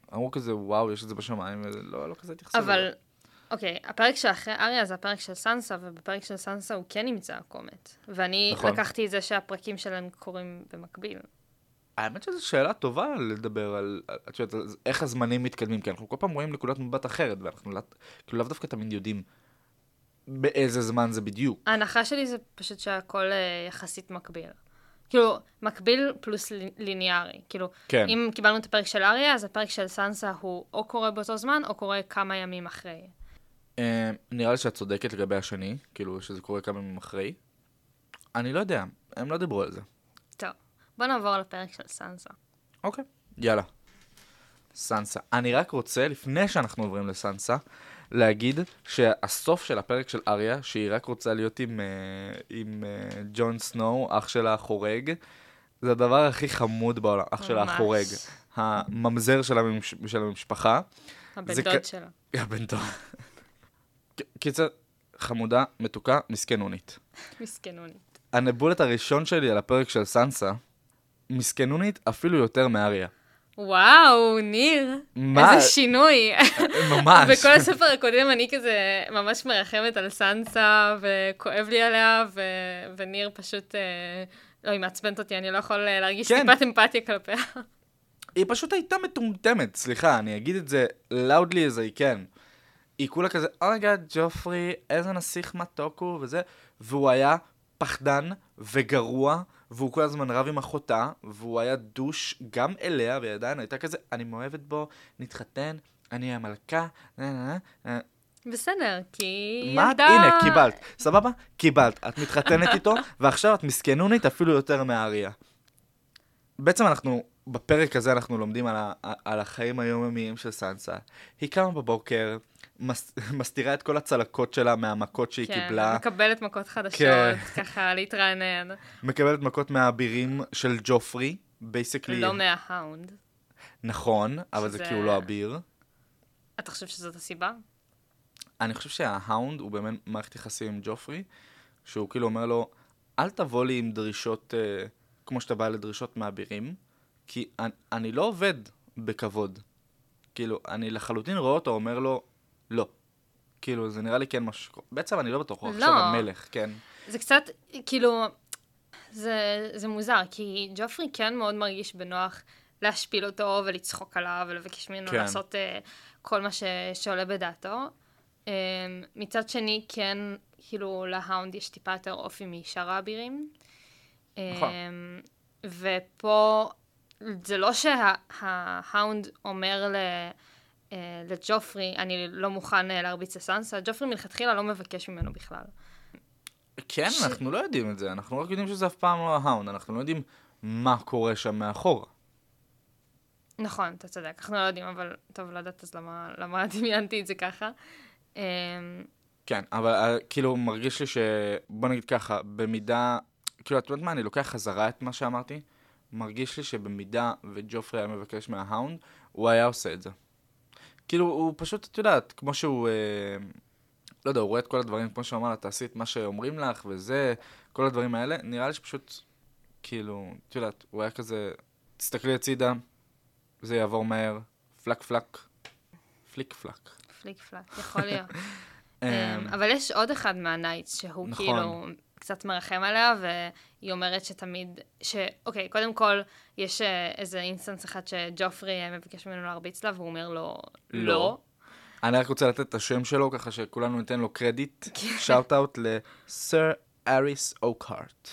אמרו כזה, וואו, יש את זה בשמיים, ולא כזה התייחסו. אבל, אוקיי, הפרק שאחרי אריה זה הפרק של סנסה, ובפרק של סנסה הוא כן נמצא הקומט. ואני לקחתי את זה שהפרקים שלהם קורים במקביל. האמת שזו שאלה טובה לדבר על איך הזמנים מתקדמים, כי אנחנו כל פעם רואים נקודת מבט אחרת, ואנחנו כאילו לאו דווקא תמיד יודעים באיזה זמן זה בדיוק. ההנחה שלי זה פשוט שהכל יחסית מקביל. כאילו, מקביל פלוס ליניארי. כאילו, כן. אם קיבלנו את הפרק של אריה, אז הפרק של סנסה הוא או קורה באותו זמן, או קורה כמה ימים אחרי. נראה לי שאת צודקת לגבי השני, כאילו שזה קורה כמה ימים אחרי. אני לא יודע, הם לא דיברו על זה. טוב, בוא נעבור לפרק של סנסה. אוקיי, יאללה. סנסה. אני רק רוצה, לפני שאנחנו עוברים לסנסה, להגיד שהסוף של הפרק של אריה, שהיא רק רוצה להיות עם ג'ון סנואו, אח שלה החורג, זה הדבר הכי חמוד בעולם, אח שלה החורג. הממזר של המשפחה. הבן דוד שלה. הבן דוד. קיצר, חמודה, מתוקה, מסכנונית. מסכנונית. הנבולת הראשון שלי על הפרק של סנסה, מסכנונית אפילו יותר מאריה. וואו, ניר. מה? איזה שינוי. ממש. בכל הספר הקודם אני כזה ממש מרחמת על סנסה, וכואב לי עליה, וניר פשוט, לא, היא מעצבנת אותי, אני לא יכול להרגיש טיפת אמפתיה כלפיה. היא פשוט הייתה מטומטמת, סליחה, אני אגיד את זה loudly as I can. היא כולה כזה, רגע, ג'ופרי, איזה נסיך מתוק הוא, וזה, והוא היה פחדן וגרוע, והוא כל הזמן רב עם אחותה, והוא היה דוש גם אליה, ועדיין הייתה כזה, אני מאוהבת בו, נתחתן, אני המלכה, בסדר, כי מה? הנה, קיבלת. סבבה? קיבלת. את מתחתנת איתו, ועכשיו את מסכנונית אפילו יותר מהאריה. בעצם בפרק הזה אנחנו לומדים על החיים היומיומיים של סנסה. היא קמה בבוקר, מסתירה את כל הצלקות שלה מהמכות שהיא קיבלה. כן, מקבלת מכות חדשות, ככה להתרענן. מקבלת מכות מהאבירים של ג'ופרי, basically. לא מההאונד. נכון, אבל זה כאילו לא אביר. אתה חושב שזאת הסיבה? אני חושב שההאונד הוא באמת מערכת יחסים עם ג'ופרי, שהוא כאילו אומר לו, אל תבוא לי עם דרישות, כמו שאתה בא לדרישות מאבירים, כי אני לא עובד בכבוד. כאילו, אני לחלוטין רואה אותו, אומר לו, לא. כאילו, זה נראה לי כן משהו. בעצם אני לא בטוח, הוא עכשיו המלך, כן. זה קצת, כאילו, זה מוזר, כי ג'ופרי כן מאוד מרגיש בנוח להשפיל אותו ולצחוק עליו ולבקש ממנו לעשות כל מה שעולה בדעתו. מצד שני, כן, כאילו, להאונד יש טיפה יותר אופי משאר האבירים. נכון. ופה, זה לא שההאונד אומר לג'ופרי, אני לא מוכן להרביץ לסנסה, ג'ופרי מלכתחילה לא מבקש ממנו בכלל. כן, אנחנו לא יודעים את זה, אנחנו רק יודעים שזה אף פעם לא ההאונד, אנחנו לא יודעים מה קורה שם מאחורה. נכון, אתה צודק, אנחנו לא יודעים, אבל טוב, לא יודעת, אז למה דמיינתי את זה ככה? כן, אבל כאילו מרגיש לי בוא נגיד ככה, במידה, כאילו, את יודעת מה, אני לוקח חזרה את מה שאמרתי, מרגיש לי שבמידה וג'ופרי היה מבקש מההאונד, הוא היה עושה את זה. כאילו, הוא פשוט, את יודעת, כמו שהוא, לא יודע, הוא רואה את כל הדברים, כמו שהוא אמר לה, תעשי את מה שאומרים לך, וזה, כל הדברים האלה, נראה לי שפשוט, כאילו, את יודעת, הוא היה כזה, תסתכלי הצידה, זה יעבור מהר, פלק פלק, פליק פלק. פליק פלק, יכול להיות. אבל יש עוד אחד מהנייטס, שהוא כאילו קצת מרחם עליה, והיא אומרת שתמיד, אוקיי, קודם כל, יש איזה אינסטנס אחד שג'ופרי מבקש ממנו להרביץ לה, והוא אומר לו, לא. אני רק רוצה לתת את השם שלו, ככה שכולנו ניתן לו קרדיט. שאוט אאוט לסר אריס אוקהארט.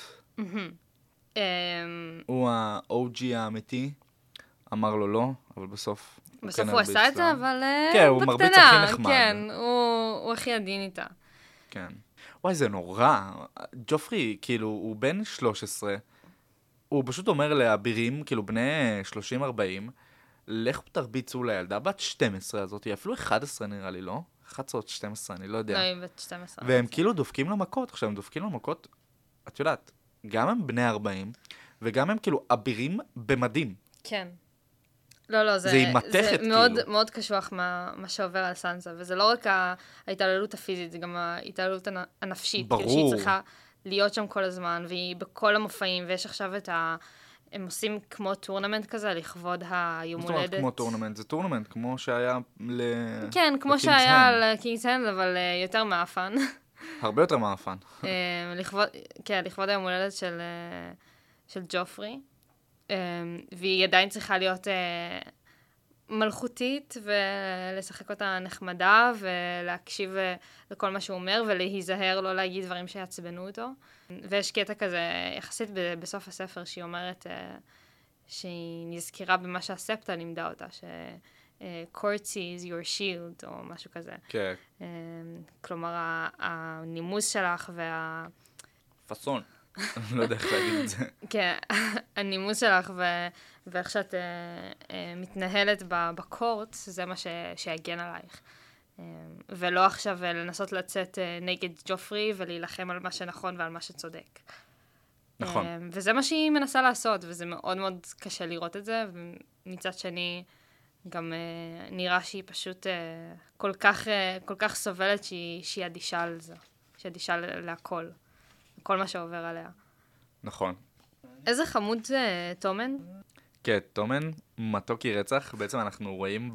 הוא ה-OG האמיתי, אמר לו לא, אבל בסוף הוא עשה את זה, אבל כן, הוא מרביץ הכי נחמד. כן, הוא הכי עדין איתה. כן. וואי, זה נורא. ג'ופרי, כאילו, הוא בן 13, הוא פשוט אומר לאבירים, כאילו, בני 30-40, לכו תרביצו לילדה בת 12 הזאת, אפילו 11 נראה לי, לא? 11 או 12, אני לא יודע. לא, היא בת 12. והם כאילו דופקים למכות. עכשיו, הם דופקים למכות, את יודעת, גם הם בני 40, וגם הם כאילו אבירים במדים. כן. לא, זה מאוד, מאוד קשוח מה שעובר על סנסה, וזה לא רק ההתעללות הפיזית, זה גם ההתעללות הנפשית. ברור. שהיא צריכה להיות שם כל הזמן, והיא בכל המופעים, ויש עכשיו את הם עושים כמו טורנמנט כזה, לכבוד היום הולדת. זאת אומרת כמו טורנמנט, זה טורנמנט, כמו שהיה כן, כמו שהיה לקינגס הנד, אבל יותר מאפן. הרבה יותר מאפן. כן, לכבוד היום הולדת של ג'ופרי, והיא עדיין צריכה להיות מלכותית, ולשחק אותה נחמדה, ולהקשיב לכל מה שהוא אומר, ולהיזהר לא להגיד דברים שיעצבנו אותו. ויש קטע כזה, יחסית בסוף הספר, שהיא אומרת שהיא נזכירה במה שהספטה לימדה אותה, courtesy is your shield, או משהו כזה. כן. כלומר, הנימוס שלך פאסון. לא יודע איך להגיד את זה. כן, הנימוס שלך ואיך שאת מתנהלת בקורט, זה מה שיגן עלייך. ולא עכשיו לנסות לצאת נגד ג'ופרי ולהילחם על מה שנכון ועל מה שצודק. נכון. וזה מה שהיא מנסה לעשות, וזה מאוד מאוד קשה לראות את זה, ומצד שני גם נראה שהיא פשוט כל כך סובלת שהיא אדישה על זה, שהיא אדישה להכל, כל מה שעובר עליה. נכון. איזה חמוד זה תומן? כן, תומן, מתוקי רצח. בעצם אנחנו רואים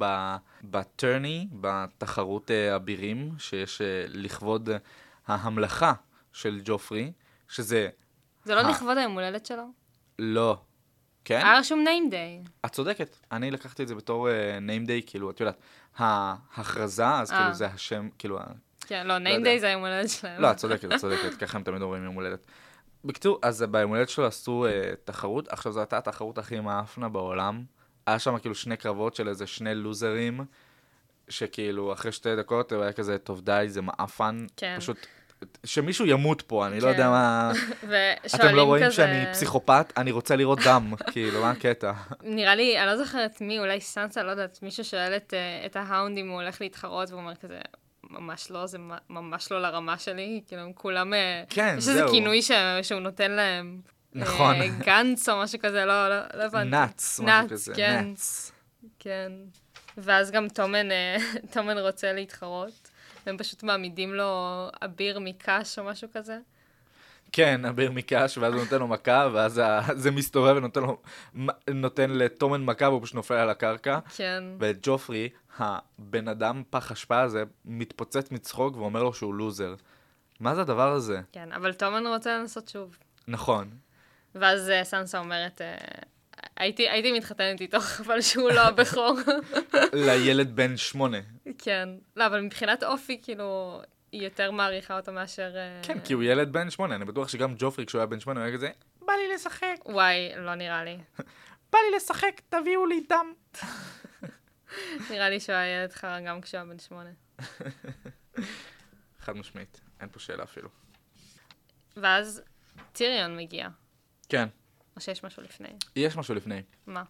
בטרני, בתחרות אבירים, שיש לכבוד ההמלכה של ג'ופרי, שזה... זה לא לכבוד היום הולדת שלו? לא. כן? היה רשום name day. את צודקת. אני לקחתי את זה בתור name day, כאילו, את יודעת, ההכרזה, אז כאילו זה השם, כאילו... כן, לא, name day זה היום הולדת שלהם. לא, את צודקת, ככה הם תמיד אומרים יום הולדת. בקיצור, אז ביום הולדת שלו עשו תחרות, עכשיו זו הייתה התחרות הכי מאפנה בעולם. היה שם כאילו 2 קרבות של איזה 2 לוזרים, שכאילו אחרי 2 דקות הוא היה כזה, טוב די, זה מאפן. כן. פשוט, שמישהו ימות פה, אני לא יודע מה... אתם לא רואים שאני פסיכופת, אני רוצה לראות דם, כאילו, מה הקטע? נראה לי, אני לא זוכרת מי, אולי סנסה, לא יודעת, מישהו שואל את ההאונד אם הוא הולך להתחרות, והוא אומר כזה... ממש לא, זה ממש לא לרמה שלי, כאילו, הם כולם... כן, יש איזה כינוי שהוא נותן להם. נכון. גנץ או משהו כזה, לא הבנתי. נאץ, משהו כזה, נאץ. כן. ואז גם תומן רוצה להתחרות, והם פשוט מעמידים לו אביר מקש או משהו כזה. כן, אביר מקש, ואז הוא נותן לו מכה, ואז זה מסתובב ונותן לתומן מכה, והוא פשוט נופל על הקרקע. כן. וג'ופרי, הבן אדם פח השפעה הזה, מתפוצץ מצחוק ואומר לו שהוא לוזר. מה זה הדבר הזה? כן, אבל תומן רוצה לנסות שוב. נכון. ואז סנסה אומרת, הייתי מתחתנת איתו, אבל שהוא לא הבכור. לילד בן 8. כן. לא, אבל מבחינת אופי, כאילו... היא יותר מעריכה אותו מאשר... כן, כי הוא ילד בן 8, אני בטוח שגם ג'ופרי כשהוא היה בן 8 הוא היה כזה, בא לי לשחק. וואי, לא נראה לי. בא לי לשחק, תביאו לי דם. נראה לי שהוא היה ילד חרא גם כשהוא היה בן 8. חד משמעית, אין פה שאלה אפילו. ואז טיריון מגיע. כן. או שיש משהו לפני. יש משהו לפני. מה?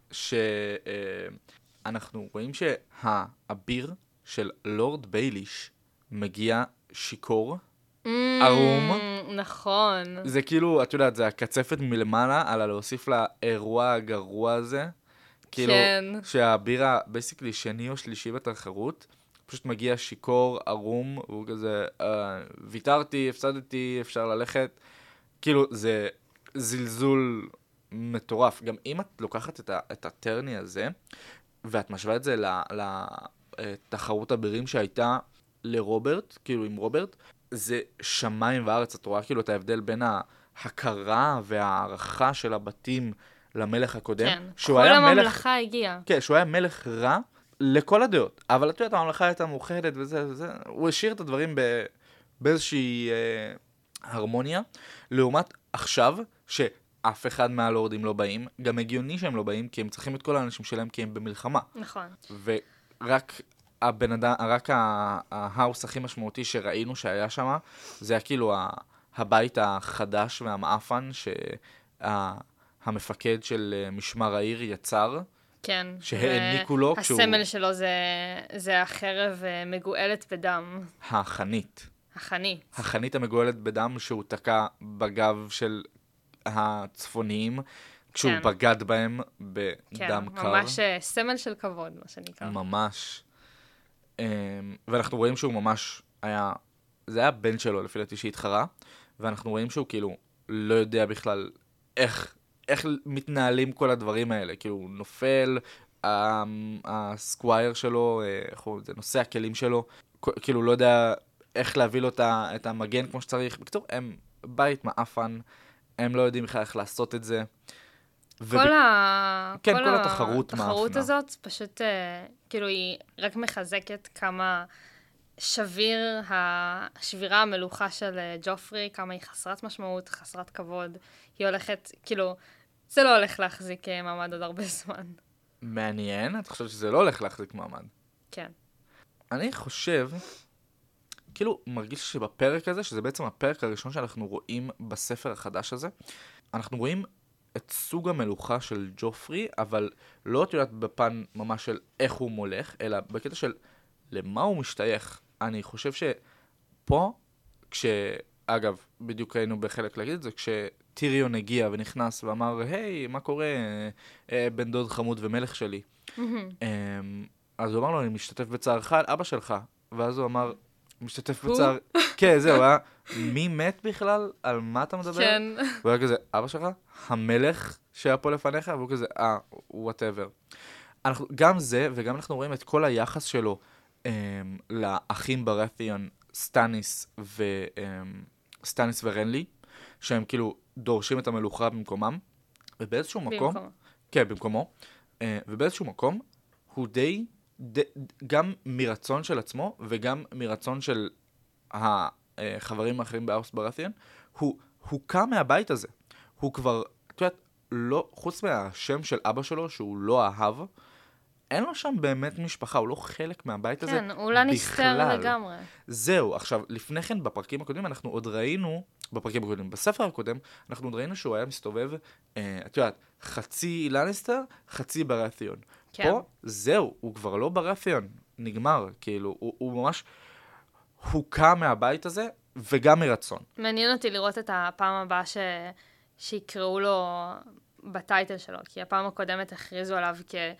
שאנחנו רואים שהאביר של לורד בייליש מגיע שיקור, ערום. נכון. זה כאילו, את יודעת, זה הקצפת מלמעלה, על להוסיף לאירוע הגרוע הזה. כאילו, כן. שהאביר הבייסיקלי שני או שלישי בתחרות, פשוט מגיע שיקור, ערום, והוא כזה, ויתרתי, הפסדתי, אפשר ללכת. כאילו, זה זלזול מטורף. גם אם את לוקחת את הטרני הזה, ואת משווה את זה לתחרות אבירים שהייתה לרוברט, כאילו עם רוברט, זה שמיים וארץ. את רואה כאילו את ההבדל בין ההכרה והערכה של הבתים למלך הקודם. כן, כל הממלכה הגיעה. כן, שהוא היה מלך רע לכל הדעות. אבל את יודעת, הממלכה הייתה מאוחדת וזה, הוא השאיר את הדברים באיזושהי הרמוניה. לעומת עכשיו, שאף אחד מהלורדים לא באים, גם הגיוני שהם לא באים, כי הם צריכים את כל האנשים שלהם, כי הם במלחמה. נכון. ורק רק ההאוס הכי משמעותי שראינו שהיה שם, זה היה כאילו הבית החדש והמאפן שהמפקד של משמר העיר יצר. כן. שהעניקו לו הסמל שלו זה החרב מגואלת בדם. החנית. החנית המגואלת בדם שהוא תקע בגב של הצפוניים, כשהוא בגד בהם בדם קר. כן, ממש סמל של כבוד, מה שנקרא. ממש. ואנחנו רואים שהוא ממש היה, זה היה בן שלו לפי דעתי שהתחרה, ואנחנו רואים שהוא כאילו לא יודע בכלל איך מתנהלים כל הדברים האלה, כאילו הוא נופל, הסקווייר שלו, זה נושא הכלים שלו, כאילו לא יודע איך להביא לו את המגן כמו שצריך. בקצור, הם בית מאפן, הם לא יודעים איך לעשות את זה. כל התחרות התחרות הזאת פשוט, כאילו היא רק מחזקת כמה השבירה המלוכה של ג'ופרי, כמה היא חסרת משמעות, חסרת כבוד. היא הולכת, כאילו, זה לא הולך להחזיק מעמד עוד הרבה זמן. מעניין, את חושבת שזה לא הולך להחזיק מעמד? כן. אני חושב, כאילו, מרגיש שבפרק הזה, שזה בעצם הפרק הראשון שאנחנו רואים בספר החדש הזה, אנחנו רואים את סוג המלוכה של ג'ופרי, אבל לא את יודעת בפן ממש של איך הוא מולך, אלא בקטע של למה הוא משתייך. אני חושב שפה, אגב, בדיוק היינו בחלק להגיד את זה, כשטיריון הגיע ונכנס ואמר, היי, מה קורה, בן דוד חמוד ומלך שלי. אז הוא אמר לו, אני משתתף בצערך על אבא שלך. ואז הוא אמר, משתתף בצער... כן, זהו, מי מת בכלל? על מה אתה מדבר? כן. והוא היה כזה, אבא שלך? המלך שהיה פה לפניך? והוא כזה, whatever. גם זה, וגם אנחנו רואים את כל היחס שלו לאחים ברת'יון, סטניס ורנלי, שהם כאילו דורשים את המלוכה במקומם, ובאיזשהו מקום... כן, במקומו. ובאיזשהו מקום, הוא די... גם מרצון של עצמו, וגם מרצון של החברים האחרים באוס ברת'יון, הוא קם מהבית הזה. הוא כבר, את יודעת, לא, חוץ מהשם של אבא שלו, שהוא לא אהב, אין לו שם באמת משפחה, הוא לא חלק מהבית הזה בכלל. כן, הוא לא נסתר לגמרי. זהו, עכשיו, לפני כן, בפרקים הקודמים, אנחנו עוד ראינו, בספר הקודם, אנחנו עוד ראינו שהוא היה מסתובב, את יודעת, חצי לניסטר, חצי ברת'יון. כן. פה, זהו, הוא כבר לא ברת'יון, נגמר, כאילו, הוא ממש, הוא קם מהבית הזה, וגם מרצון. מעניין אותי לראות את הפעם הבאה שיקראו לו בטייטל שלו, כי הפעם הקודמת הכריזו עליו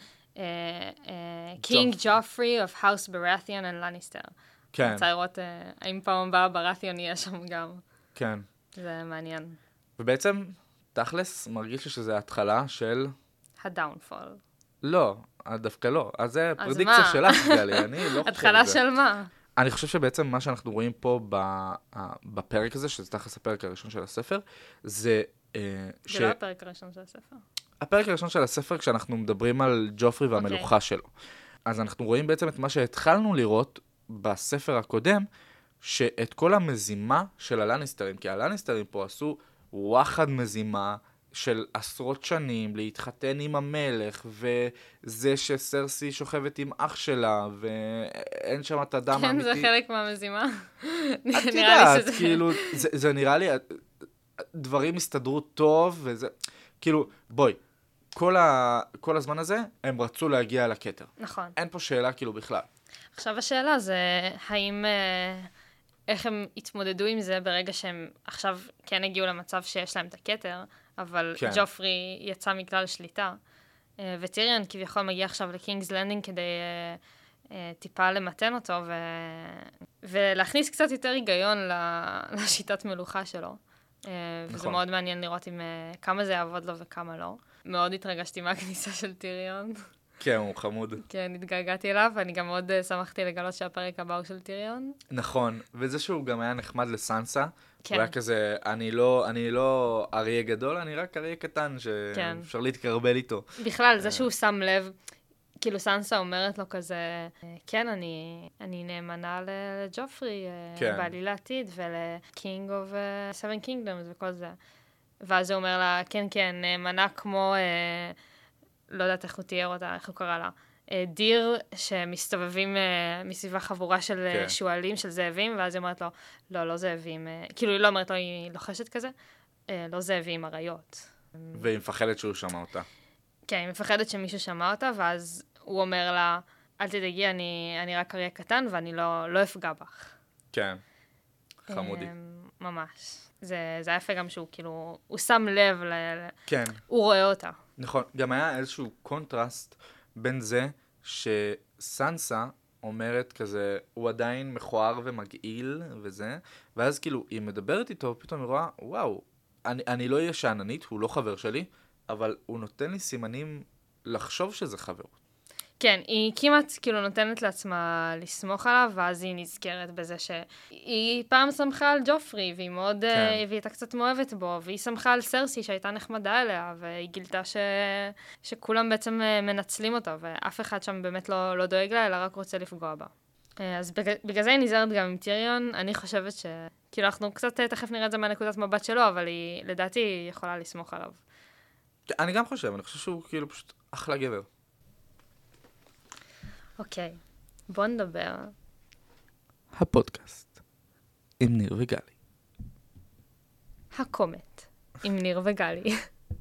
King Joffrey of House Baratheon and Lannister. כן. אני רוצה לראות האם פעם הבאה ברת'יון יהיה שם גם. כן. זה מעניין. ובעצם, תכלס, מרגיש לי שזה התחלה של... הדאונפול. לא, דווקא לא. אז זה פרדיקציה שלך, גלי, אני לא חושב את זה. התחלה של מה? אני חושב שבעצם מה שאנחנו רואים פה בפרק הזה, שזה תכלס הפרק הראשון של הספר, זה... זה לא הפרק הראשון של הספר. הפרק הראשון של הספר, כשאנחנו מדברים על ג'ופרי והמלוכה שלו. אז אנחנו רואים בעצם את מה שהתחלנו לראות בספר הקודם, שאת כל המזימה של הלניסטרים, כי הלניסטרים פה עשו וואחד מזימה של עשרות שנים להתחתן עם המלך, וזה שסרסי שוכבת עם אח שלה, ואין שם את הדם האמיתי. כן, זה חלק מהמזימה. את יודעת, כאילו, זה נראה לי, דברים הסתדרו טוב, וזה, כאילו, בואי, כל הזמן הזה, הם רצו להגיע לכתר. נכון. אין פה שאלה כאילו בכלל. עכשיו השאלה זה, האם, איך הם התמודדו עם זה ברגע שהם עכשיו כן הגיעו למצב שיש להם את הכתר, אבל כן. ג'ופרי יצא מכלל שליטה, וטיריון כביכול מגיע עכשיו לקינגס לנדינג כדי טיפה למתן אותו, ולהכניס קצת יותר היגיון לשיטת מלוכה שלו. וזה נכון. מאוד מעניין לראות עם כמה זה יעבוד לו וכמה לא. מאוד התרגשתי מהכניסה של טיריון. כן, הוא חמוד. כן, התגעגעתי אליו, ואני גם מאוד שמחתי לגלות שהפרק הבא הוא של טיריון. נכון, וזה שהוא גם היה נחמד לסנסה, כן. הוא היה כזה, אני לא אריה גדול, אני רק אריה קטן, שאפשר כן. להתקרבל איתו. בכלל, זה שהוא שם לב, כאילו סנסה אומרת לו כזה, כן, אני נאמנה לג'ופרי, כן. בעלילה עתיד, ולקינג אוף 7 קינגדומס וכל זה. ואז הוא אומר לה, כן, נאמנה כמו... לא יודעת איך הוא תיאר אותה, איך הוא קרא לה. דיר שמסתובבים מסביבה חבורה של שואלים, של זאבים, ואז היא אומרת לו, לא זאבים. כאילו היא לא אומרת לו, היא לוחשת כזה, לא זאבים, אריות. והיא מפחדת שהוא שמע אותה. כן, היא מפחדת שמישהו שמע אותה, ואז הוא אומר לה, אל תדאגי, אני רק אריה קטן, ואני לא אפגע בך. כן, חמודי. ממש. זה היה יפה גם שהוא כאילו, הוא שם לב, כן. הוא רואה אותה. נכון, גם היה איזשהו קונטרסט בין זה שסנסה אומרת כזה, הוא עדיין מכוער ומגעיל וזה, ואז כאילו היא מדברת איתו, פתאום היא רואה, וואו, אני לא אהיה שאננית, הוא לא חבר שלי, אבל הוא נותן לי סימנים לחשוב שזה חברות. כן, היא כמעט כאילו נותנת לעצמה לסמוך עליו, ואז היא נזכרת בזה שהיא פעם שמחה על ג'ופרי, והיא מאוד, והיא הייתה קצת מאוהבת בו, והיא שמחה על סרסי שהייתה נחמדה אליה, והיא גילתה שכולם בעצם מנצלים אותה, ואף אחד שם באמת לא דואג לה, אלא רק רוצה לפגוע בה. אז בגלל זה היא נזהרת גם עם טיריון. אני חושבת כאילו אנחנו קצת תכף נראה את זה מהנקודת מבט שלו, אבל היא, לדעתי, היא יכולה לסמוך עליו. אני גם חושב, אני חושב שהוא כאילו פשוט אחלה גבר. אוקיי, בוא נדבר. הפודקאסט עם ניר וגלי. הקומט עם ניר וגלי.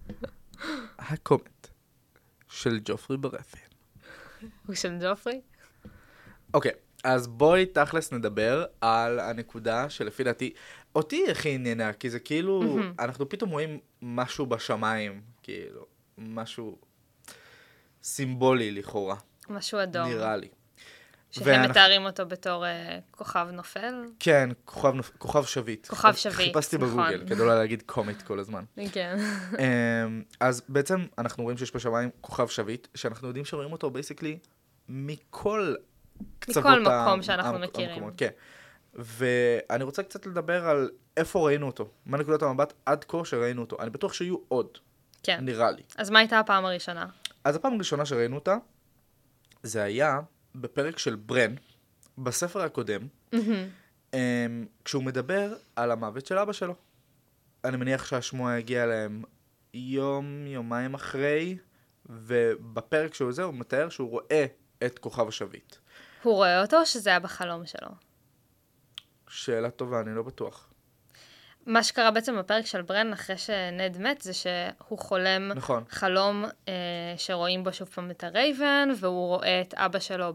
הקומט של ג'ופרי ברפן. הוא של ג'ופרי? אוקיי, אז בואי תכלס נדבר על הנקודה שלפי דעתי, אותי הכי עניינה, כי זה כאילו, אנחנו פתאום רואים משהו בשמיים, כאילו, משהו סימבולי לכאורה. משהו אדום. נראה לי. שהם מתארים אותו בתור כוכב נופל? כן, כוכב שביט. כוכב שביט, חיפשתי בגוגל, כדי לא להגיד קומט כל הזמן. כן. אז בעצם אנחנו רואים שיש בשמיים כוכב שביט, שאנחנו יודעים שרואים אותו בייסיקלי מכל קצוות מכל מקום שאנחנו מכירים. כן. ואני רוצה קצת לדבר על איפה ראינו אותו. מה נקודת המבט עד כה שראינו אותו. אני בטוח שיהיו עוד. כן. נראה לי. אז מה הייתה הפעם הראשונה? אז הפעם הראשונה שראינו אותה, זה היה בפרק של ברן, בספר הקודם, כשהוא מדבר על המוות של אבא שלו. אני מניח שהשמוע הגיע להם יומיים אחרי, ובפרק שהוא זה, הוא מתאר שהוא רואה את כוכב השביט. הוא רואה אותו או שזה היה בחלום שלו? שאלה טובה, אני לא בטוח. מה שקרה בעצם בפרק של ברן אחרי שנד מת, זה שהוא חולם נכון. חלום שרואים בו שוב פעם את הרייבן, והוא רואה את אבא שלו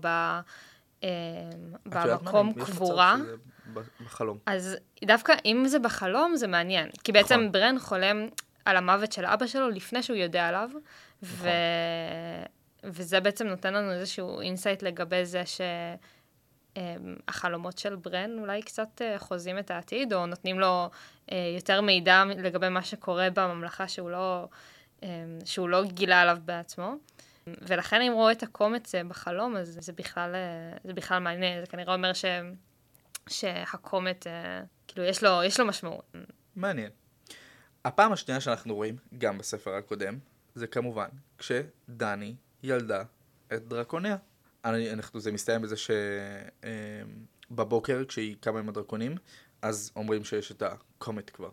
במקום קבורה. בחלום. אז דווקא אם זה בחלום זה מעניין, כי בעצם נכון. ברן חולם על המוות של אבא שלו לפני שהוא יודע עליו, נכון. וזה בעצם נותן לנו איזשהו אינסייט לגבי זה החלומות של ברן אולי קצת חוזים את העתיד, או נותנים לו יותר מידע לגבי מה שקורה בממלכה שהוא לא גילה עליו בעצמו. ולכן אם רואה את הקומץ בחלום, אז זה בכלל מעניין. זה כנראה אומר שהקומץ, כאילו יש לו משמעות. מעניין. הפעם השנייה שאנחנו רואים, גם בספר הקודם, זה כמובן כשדני ילדה את דרקוניה. זה מסתיים בזה שבבוקר, כשהיא קמה עם הדרקונים, אז אומרים שיש את הקומט כבר.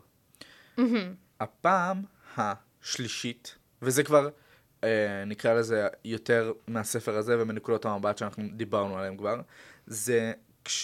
הפעם השלישית, וזה כבר נקרא לזה יותר מהספר הזה ומנקודות המבט שאנחנו דיברנו עליהם כבר, זה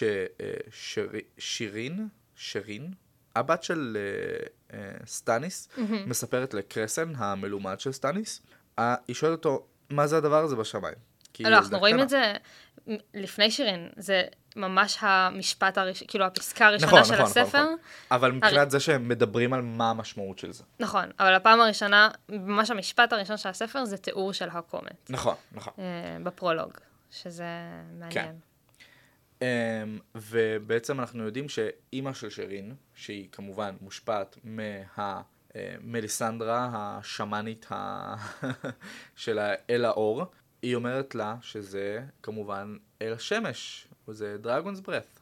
כששירין, הבת של סטניס, מספרת לקרסן, המלומד של סטניס, היא שואלת אותו, מה זה הדבר הזה בשמיים? לא, אנחנו רואים את זה לפני שירין, זה ממש המשפט הראשון, כאילו הפסקה הראשונה של הספר. אבל מבחינת זה שהם מדברים על מה המשמעות של זה. נכון, אבל הפעם הראשונה, ממש המשפט הראשון של הספר, זה תיאור של הקומט. נכון. בפרולוג, שזה מעניין. כן. ובעצם אנחנו יודעים שאימא של שירין, שהיא כמובן מושפעת מליסנדרה, השמנית של האל האור, היא אומרת לה שזה כמובן אל השמש, זה דרגונס ברת'.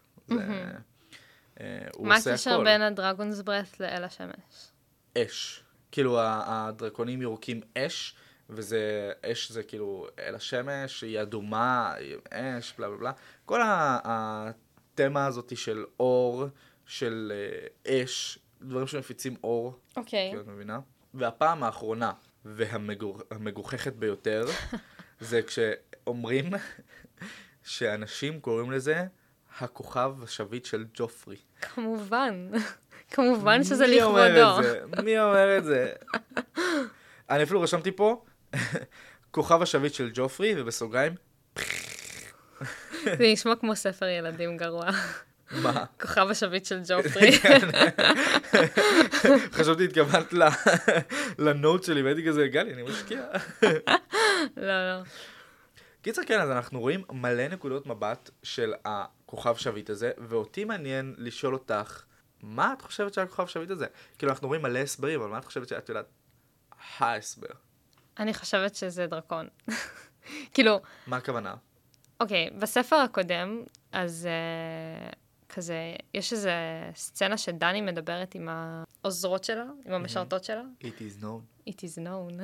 מה הקשר בין הדרגונס ברת' לאל השמש? אש. כאילו הדרקונים ירוקים אש, וזה אש זה כאילו אל השמש, היא אדומה, אש, בלה בלה בלה. כל התמה הזאת של אור, של אש, דברים שמפיצים אור. אוקיי. כאילו את מבינה? והפעם האחרונה והמגוחכת ביותר, זה כשאומרים שאנשים קוראים לזה הכוכב השביט של ג'ופרי. כמובן שזה לכבודו. מי אומר את זה? אני אפילו רשמתי פה, כוכב השביט של ג'ופרי, ובסוגריים, זה נשמע כמו ספר ילדים גרוע. מה? כוכב השביט של ג'ופרי. חשבתי, התכוונת לנוט שלי, והייתי כזה, גלי, אני משקיע. לא. קיצר, כן, אז אנחנו רואים מלא נקודות מבט של הכוכב שביט הזה, ואותי מעניין לשאול אותך, מה את חושבת של הכוכב שביט הזה? כאילו, אנחנו רואים מלא הסברים, אבל מה את חושבת שאת יודעת? ההסבר. אני חושבת שזה דרקון. כאילו... מה הכוונה? אוקיי, בספר הקודם, אז כזה, יש איזו סצנה שדני מדברת עם העוזרות שלה, עם המשרתות שלה. It is known. It is known.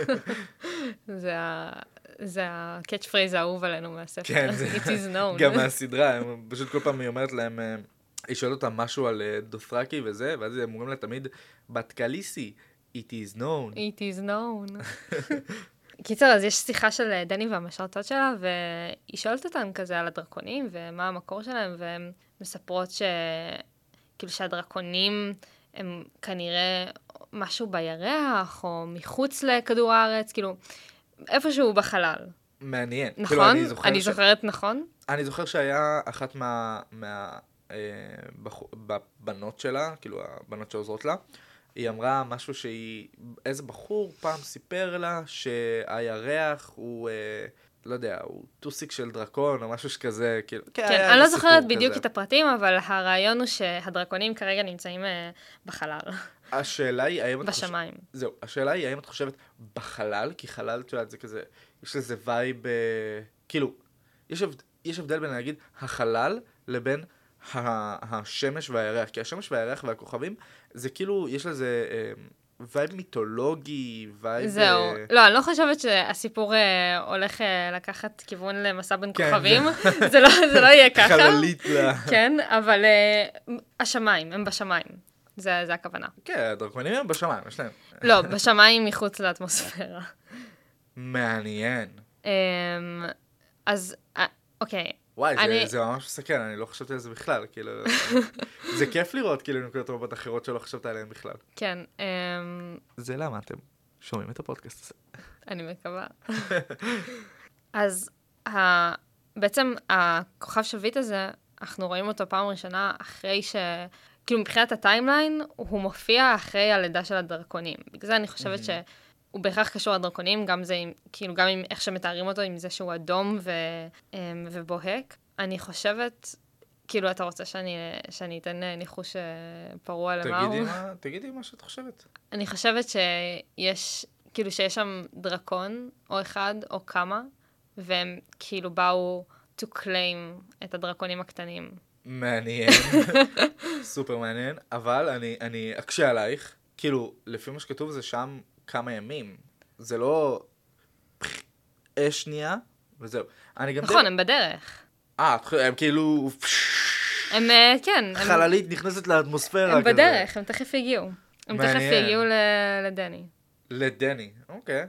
זה הקאץ' פרייז האהוב עלינו מהספר. כן, It is known. גם מהסדרה, פשוט כל פעם היא אומרת להם, היא שואלת אותם משהו על דות'רקי וזה, ואז הם אומרים לה תמיד, בת קליסי, it is known. It is known. קיצר, אז יש שיחה של דני והמשרתות שלה, והיא שואלת אותם כזה על הדרקונים, ומה המקור שלהם, והן מספרות כאילו שהדרקונים הם כנראה משהו בירח, או מחוץ לכדור הארץ, כאילו, איפשהו בחלל. מעניין. נכון? אני זוכרת נכון? אני זוכר שהיה אחת בבנות שלה, כאילו הבנות שעוזרות לה, היא אמרה משהו איזה בחור פעם סיפר לה שהירח הוא, לא יודע, הוא טוסיק של דרקון או משהו שכזה, כאילו. כן, אני לא זוכרת בדיוק את הפרטים, אבל הרעיון הוא שהדרקונים כרגע נמצאים בחלל. השאלה היא, בשמיים. זהו, השאלה היא, האם את חושבת בחלל? כי חלל, את יודעת, זה כזה, יש לזה וייב, כאילו, יש הבדל בין להגיד החלל לבין השמש והירח, כי השמש והירח והכוכבים, זה כאילו, יש לזה וייב מיתולוגי, וייב... זהו, לא, אני לא חושבת שהסיפור הולך לקחת כיוון למסע בין כוכבים, זה לא יהיה ככה. חללית לה. כן, אבל השמיים, הם בשמיים, זה הכוונה. כן, הדרקונים הם בשמיים, יש להם. לא, בשמיים מחוץ לאטמוספירה. מעניין. אז, אוקיי. וואי, זה ממש מסכן, אני לא חשבתי על זה בכלל, כאילו, זה כיף לראות כאילו נקודות רבות אחרות שלא חשבת עליהן בכלל. כן. זה למה אתם שומעים את הפודקאסט הזה. אני מקווה. אז בעצם הכוכב שביט הזה, אנחנו רואים אותו פעם ראשונה אחרי כאילו מבחינת הטיימליין, הוא מופיע אחרי הלידה של הדרקונים. בגלל זה אני חושבת שהוא בהכרח קשור לדרקונים, גם זה, כאילו, גם עם איך שמתארים אותו, עם זה שהוא אדום ובוהק. אני חושבת, כאילו, אתה רוצה שאני אתן ניחוש פרוע למה הוא? תגידי מה שאת חושבת. אני חושבת שיש, כאילו, שיש שם דרקון, או אחד, או כמה, והם כאילו באו to claim את הדרקונים הקטנים. מעניין, סופר מעניין, אבל אני אקשה עלייך, כאילו, לפי מה שכתוב זה שם כמה ימים, זה לא שנייה, וזהו. נכון, הם בדרך. הם כאילו... הם, כן. חללית נכנסת לאטמוספירה. הם בדרך, הם תכף הגיעו. הם תכף הגיעו לדני. לדני, אוקיי.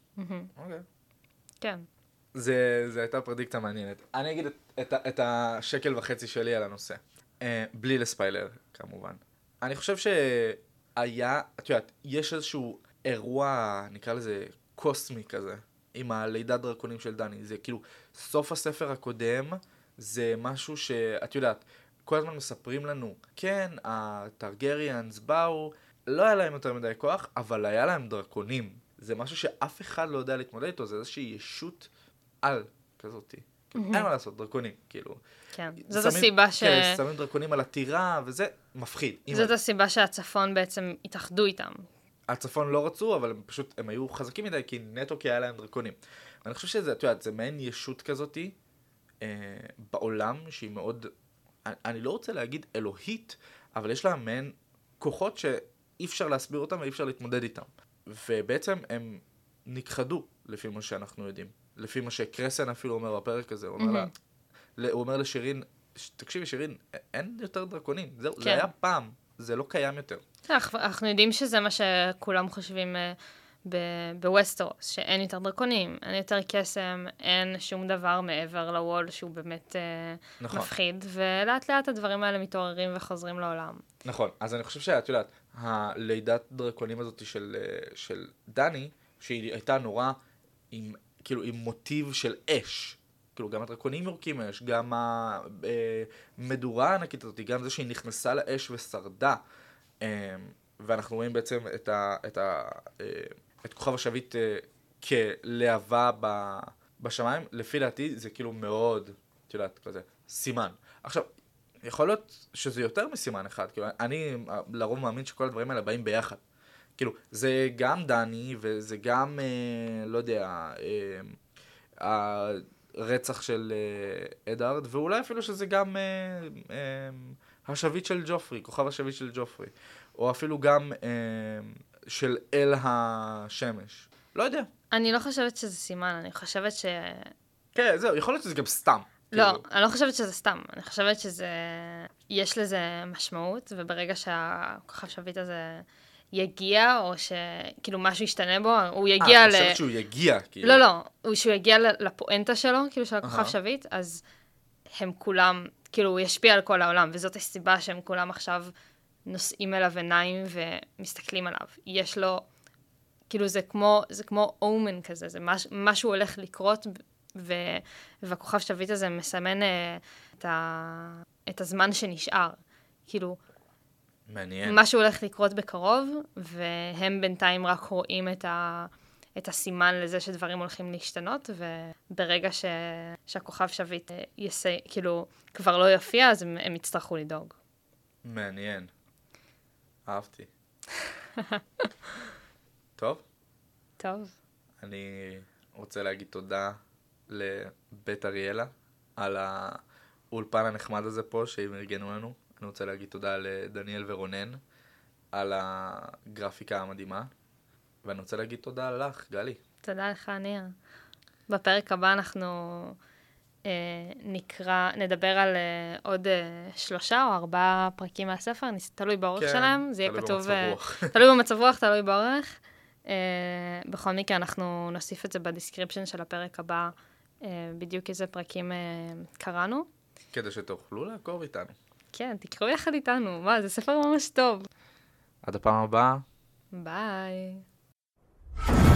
כן. זה הייתה פרדיקציה מעניינת. אני אגיד את השקל וחצי שלי על הנושא. בלי לספיילר, כמובן. אני חושב שהיה, את יודעת, יש איזשהו אירוע, נקרא לזה קוסמי כזה, עם הלידת דרקונים של דני. זה כאילו, סוף הספר הקודם, זה משהו שאת יודעת, כל הזמן מספרים לנו, כן, הטרגריאנס באו, לא היה להם יותר מדי כוח, אבל היה להם דרקונים. זה משהו שאף אחד לא יודע להתמודד איתו, זה איזושהי ישות על כזאת. אין מה לעשות, דרקונים, כאילו. כן, זאת הסיבה כן, שמים דרקונים על הטירה, וזה מפחיד. זאת הסיבה שהצפון בעצם התאחדו איתם. הצפון לא רצו, אבל הם היו חזקים מדי, כי נטו כי היה להם דרקונים. ואני חושב שזה, את יודעת, זה מעין ישות כזאת בעולם, שהיא מאוד, אני לא רוצה להגיד אלוהית, אבל יש לה מעין כוחות שאי אפשר להסביר אותם ואי אפשר להתמודד איתם. ובעצם הם נכחדו, לפי מה שאנחנו יודעים. לפי מה שקרסן אפילו אומר בפרק הזה, הוא אומר לשירין, תקשיבי שירין, אין יותר דרקונים, זהו, זה היה פעם, זה לא קיים יותר. אנחנו יודעים שזה מה שכולם חושבים בווסטרוס, שאין יותר דרקונים, אין יותר קסם, אין שום דבר מעבר לוול שהוא באמת מפחיד, ולאט לאט הדברים האלה מתעוררים וחוזרים לעולם. נכון, אז אני חושב שאת יודעת, הלידת דרקונים הזאת של דני, שהיא הייתה נורא כאילו עם מוטיב של אש, כאילו גם הדרקונים יורקים אש, גם המדורה הענקית הזאת, גם זה שהיא נכנסה לאש ושרדה, ואנחנו רואים בעצם את כוכב השביט כלהבה בשמיים, לפי דעתי זה כאילו מאוד, את יודעת, כזה, סימן. עכשיו, יכול להיות שזה יותר מסימן אחד, כאילו, אני לרוב מאמין שכל הדברים האלה באים ביחד. כאילו, זה גם דני, וזה גם, לא יודע, הרצח של אדארד, ואולי אפילו שזה גם השביט של ג'ופרי, כוכב השביט של ג'ופרי, או אפילו גם של אל השמש. לא יודע. אני לא חושבת שזה סימן, אני חושבת כן, זהו, יכול להיות שזה גם סתם. לא, אני לא חושבת שזה סתם, אני חושבת יש לזה משמעות, וברגע שהכוכב שביט הזה יגיע, או שכאילו משהו ישתנה בו, הוא יגיע אני חושבת שהוא יגיע, כאילו. לא, שהוא יגיע לפואנטה שלו, כאילו של הכוכב שביט, אז הם כולם, כאילו הוא ישפיע על כל העולם, וזאת הסיבה שהם כולם עכשיו נושאים אליו עיניים ומסתכלים עליו. יש לו, כאילו זה כמו אומן כזה, זה משהו הולך לקרות, והכוכב שביט הזה מסמן את הזמן שנשאר. כאילו, מעניין. משהו הולך לקרות בקרוב, והם בינתיים רק רואים את הסימן לזה שדברים הולכים להשתנות, וברגע שהכוכב שביט כאילו כבר לא יופיע, אז הם יצטרכו לדאוג. מעניין. אהבתי. טוב? טוב. אני רוצה להגיד תודה לבית אריאלה על האולפן הנחמד הזה פה שהם ארגנו לנו. אני רוצה להגיד תודה לדניאל ורונן על הגרפיקה המדהימה. ואני רוצה להגיד תודה לך, גלי. תודה לך, ניר. בפרק הבא אנחנו נדבר על עוד 3 או 4 פרקים מהספר, תלוי באורך שלהם. זה יהיה כתוב, תלוי במצב רוח, תלוי באורך. בכל מקרה, אנחנו נוסיף את זה בדיסקריפשן של הפרק הבא, בדיוק איזה פרקים קראנו. כדי שתוכלו לעקוב איתנו. כן, תקראו יחד איתנו. מה, זה ספר ממש טוב. עד הפעם הבאה. ביי.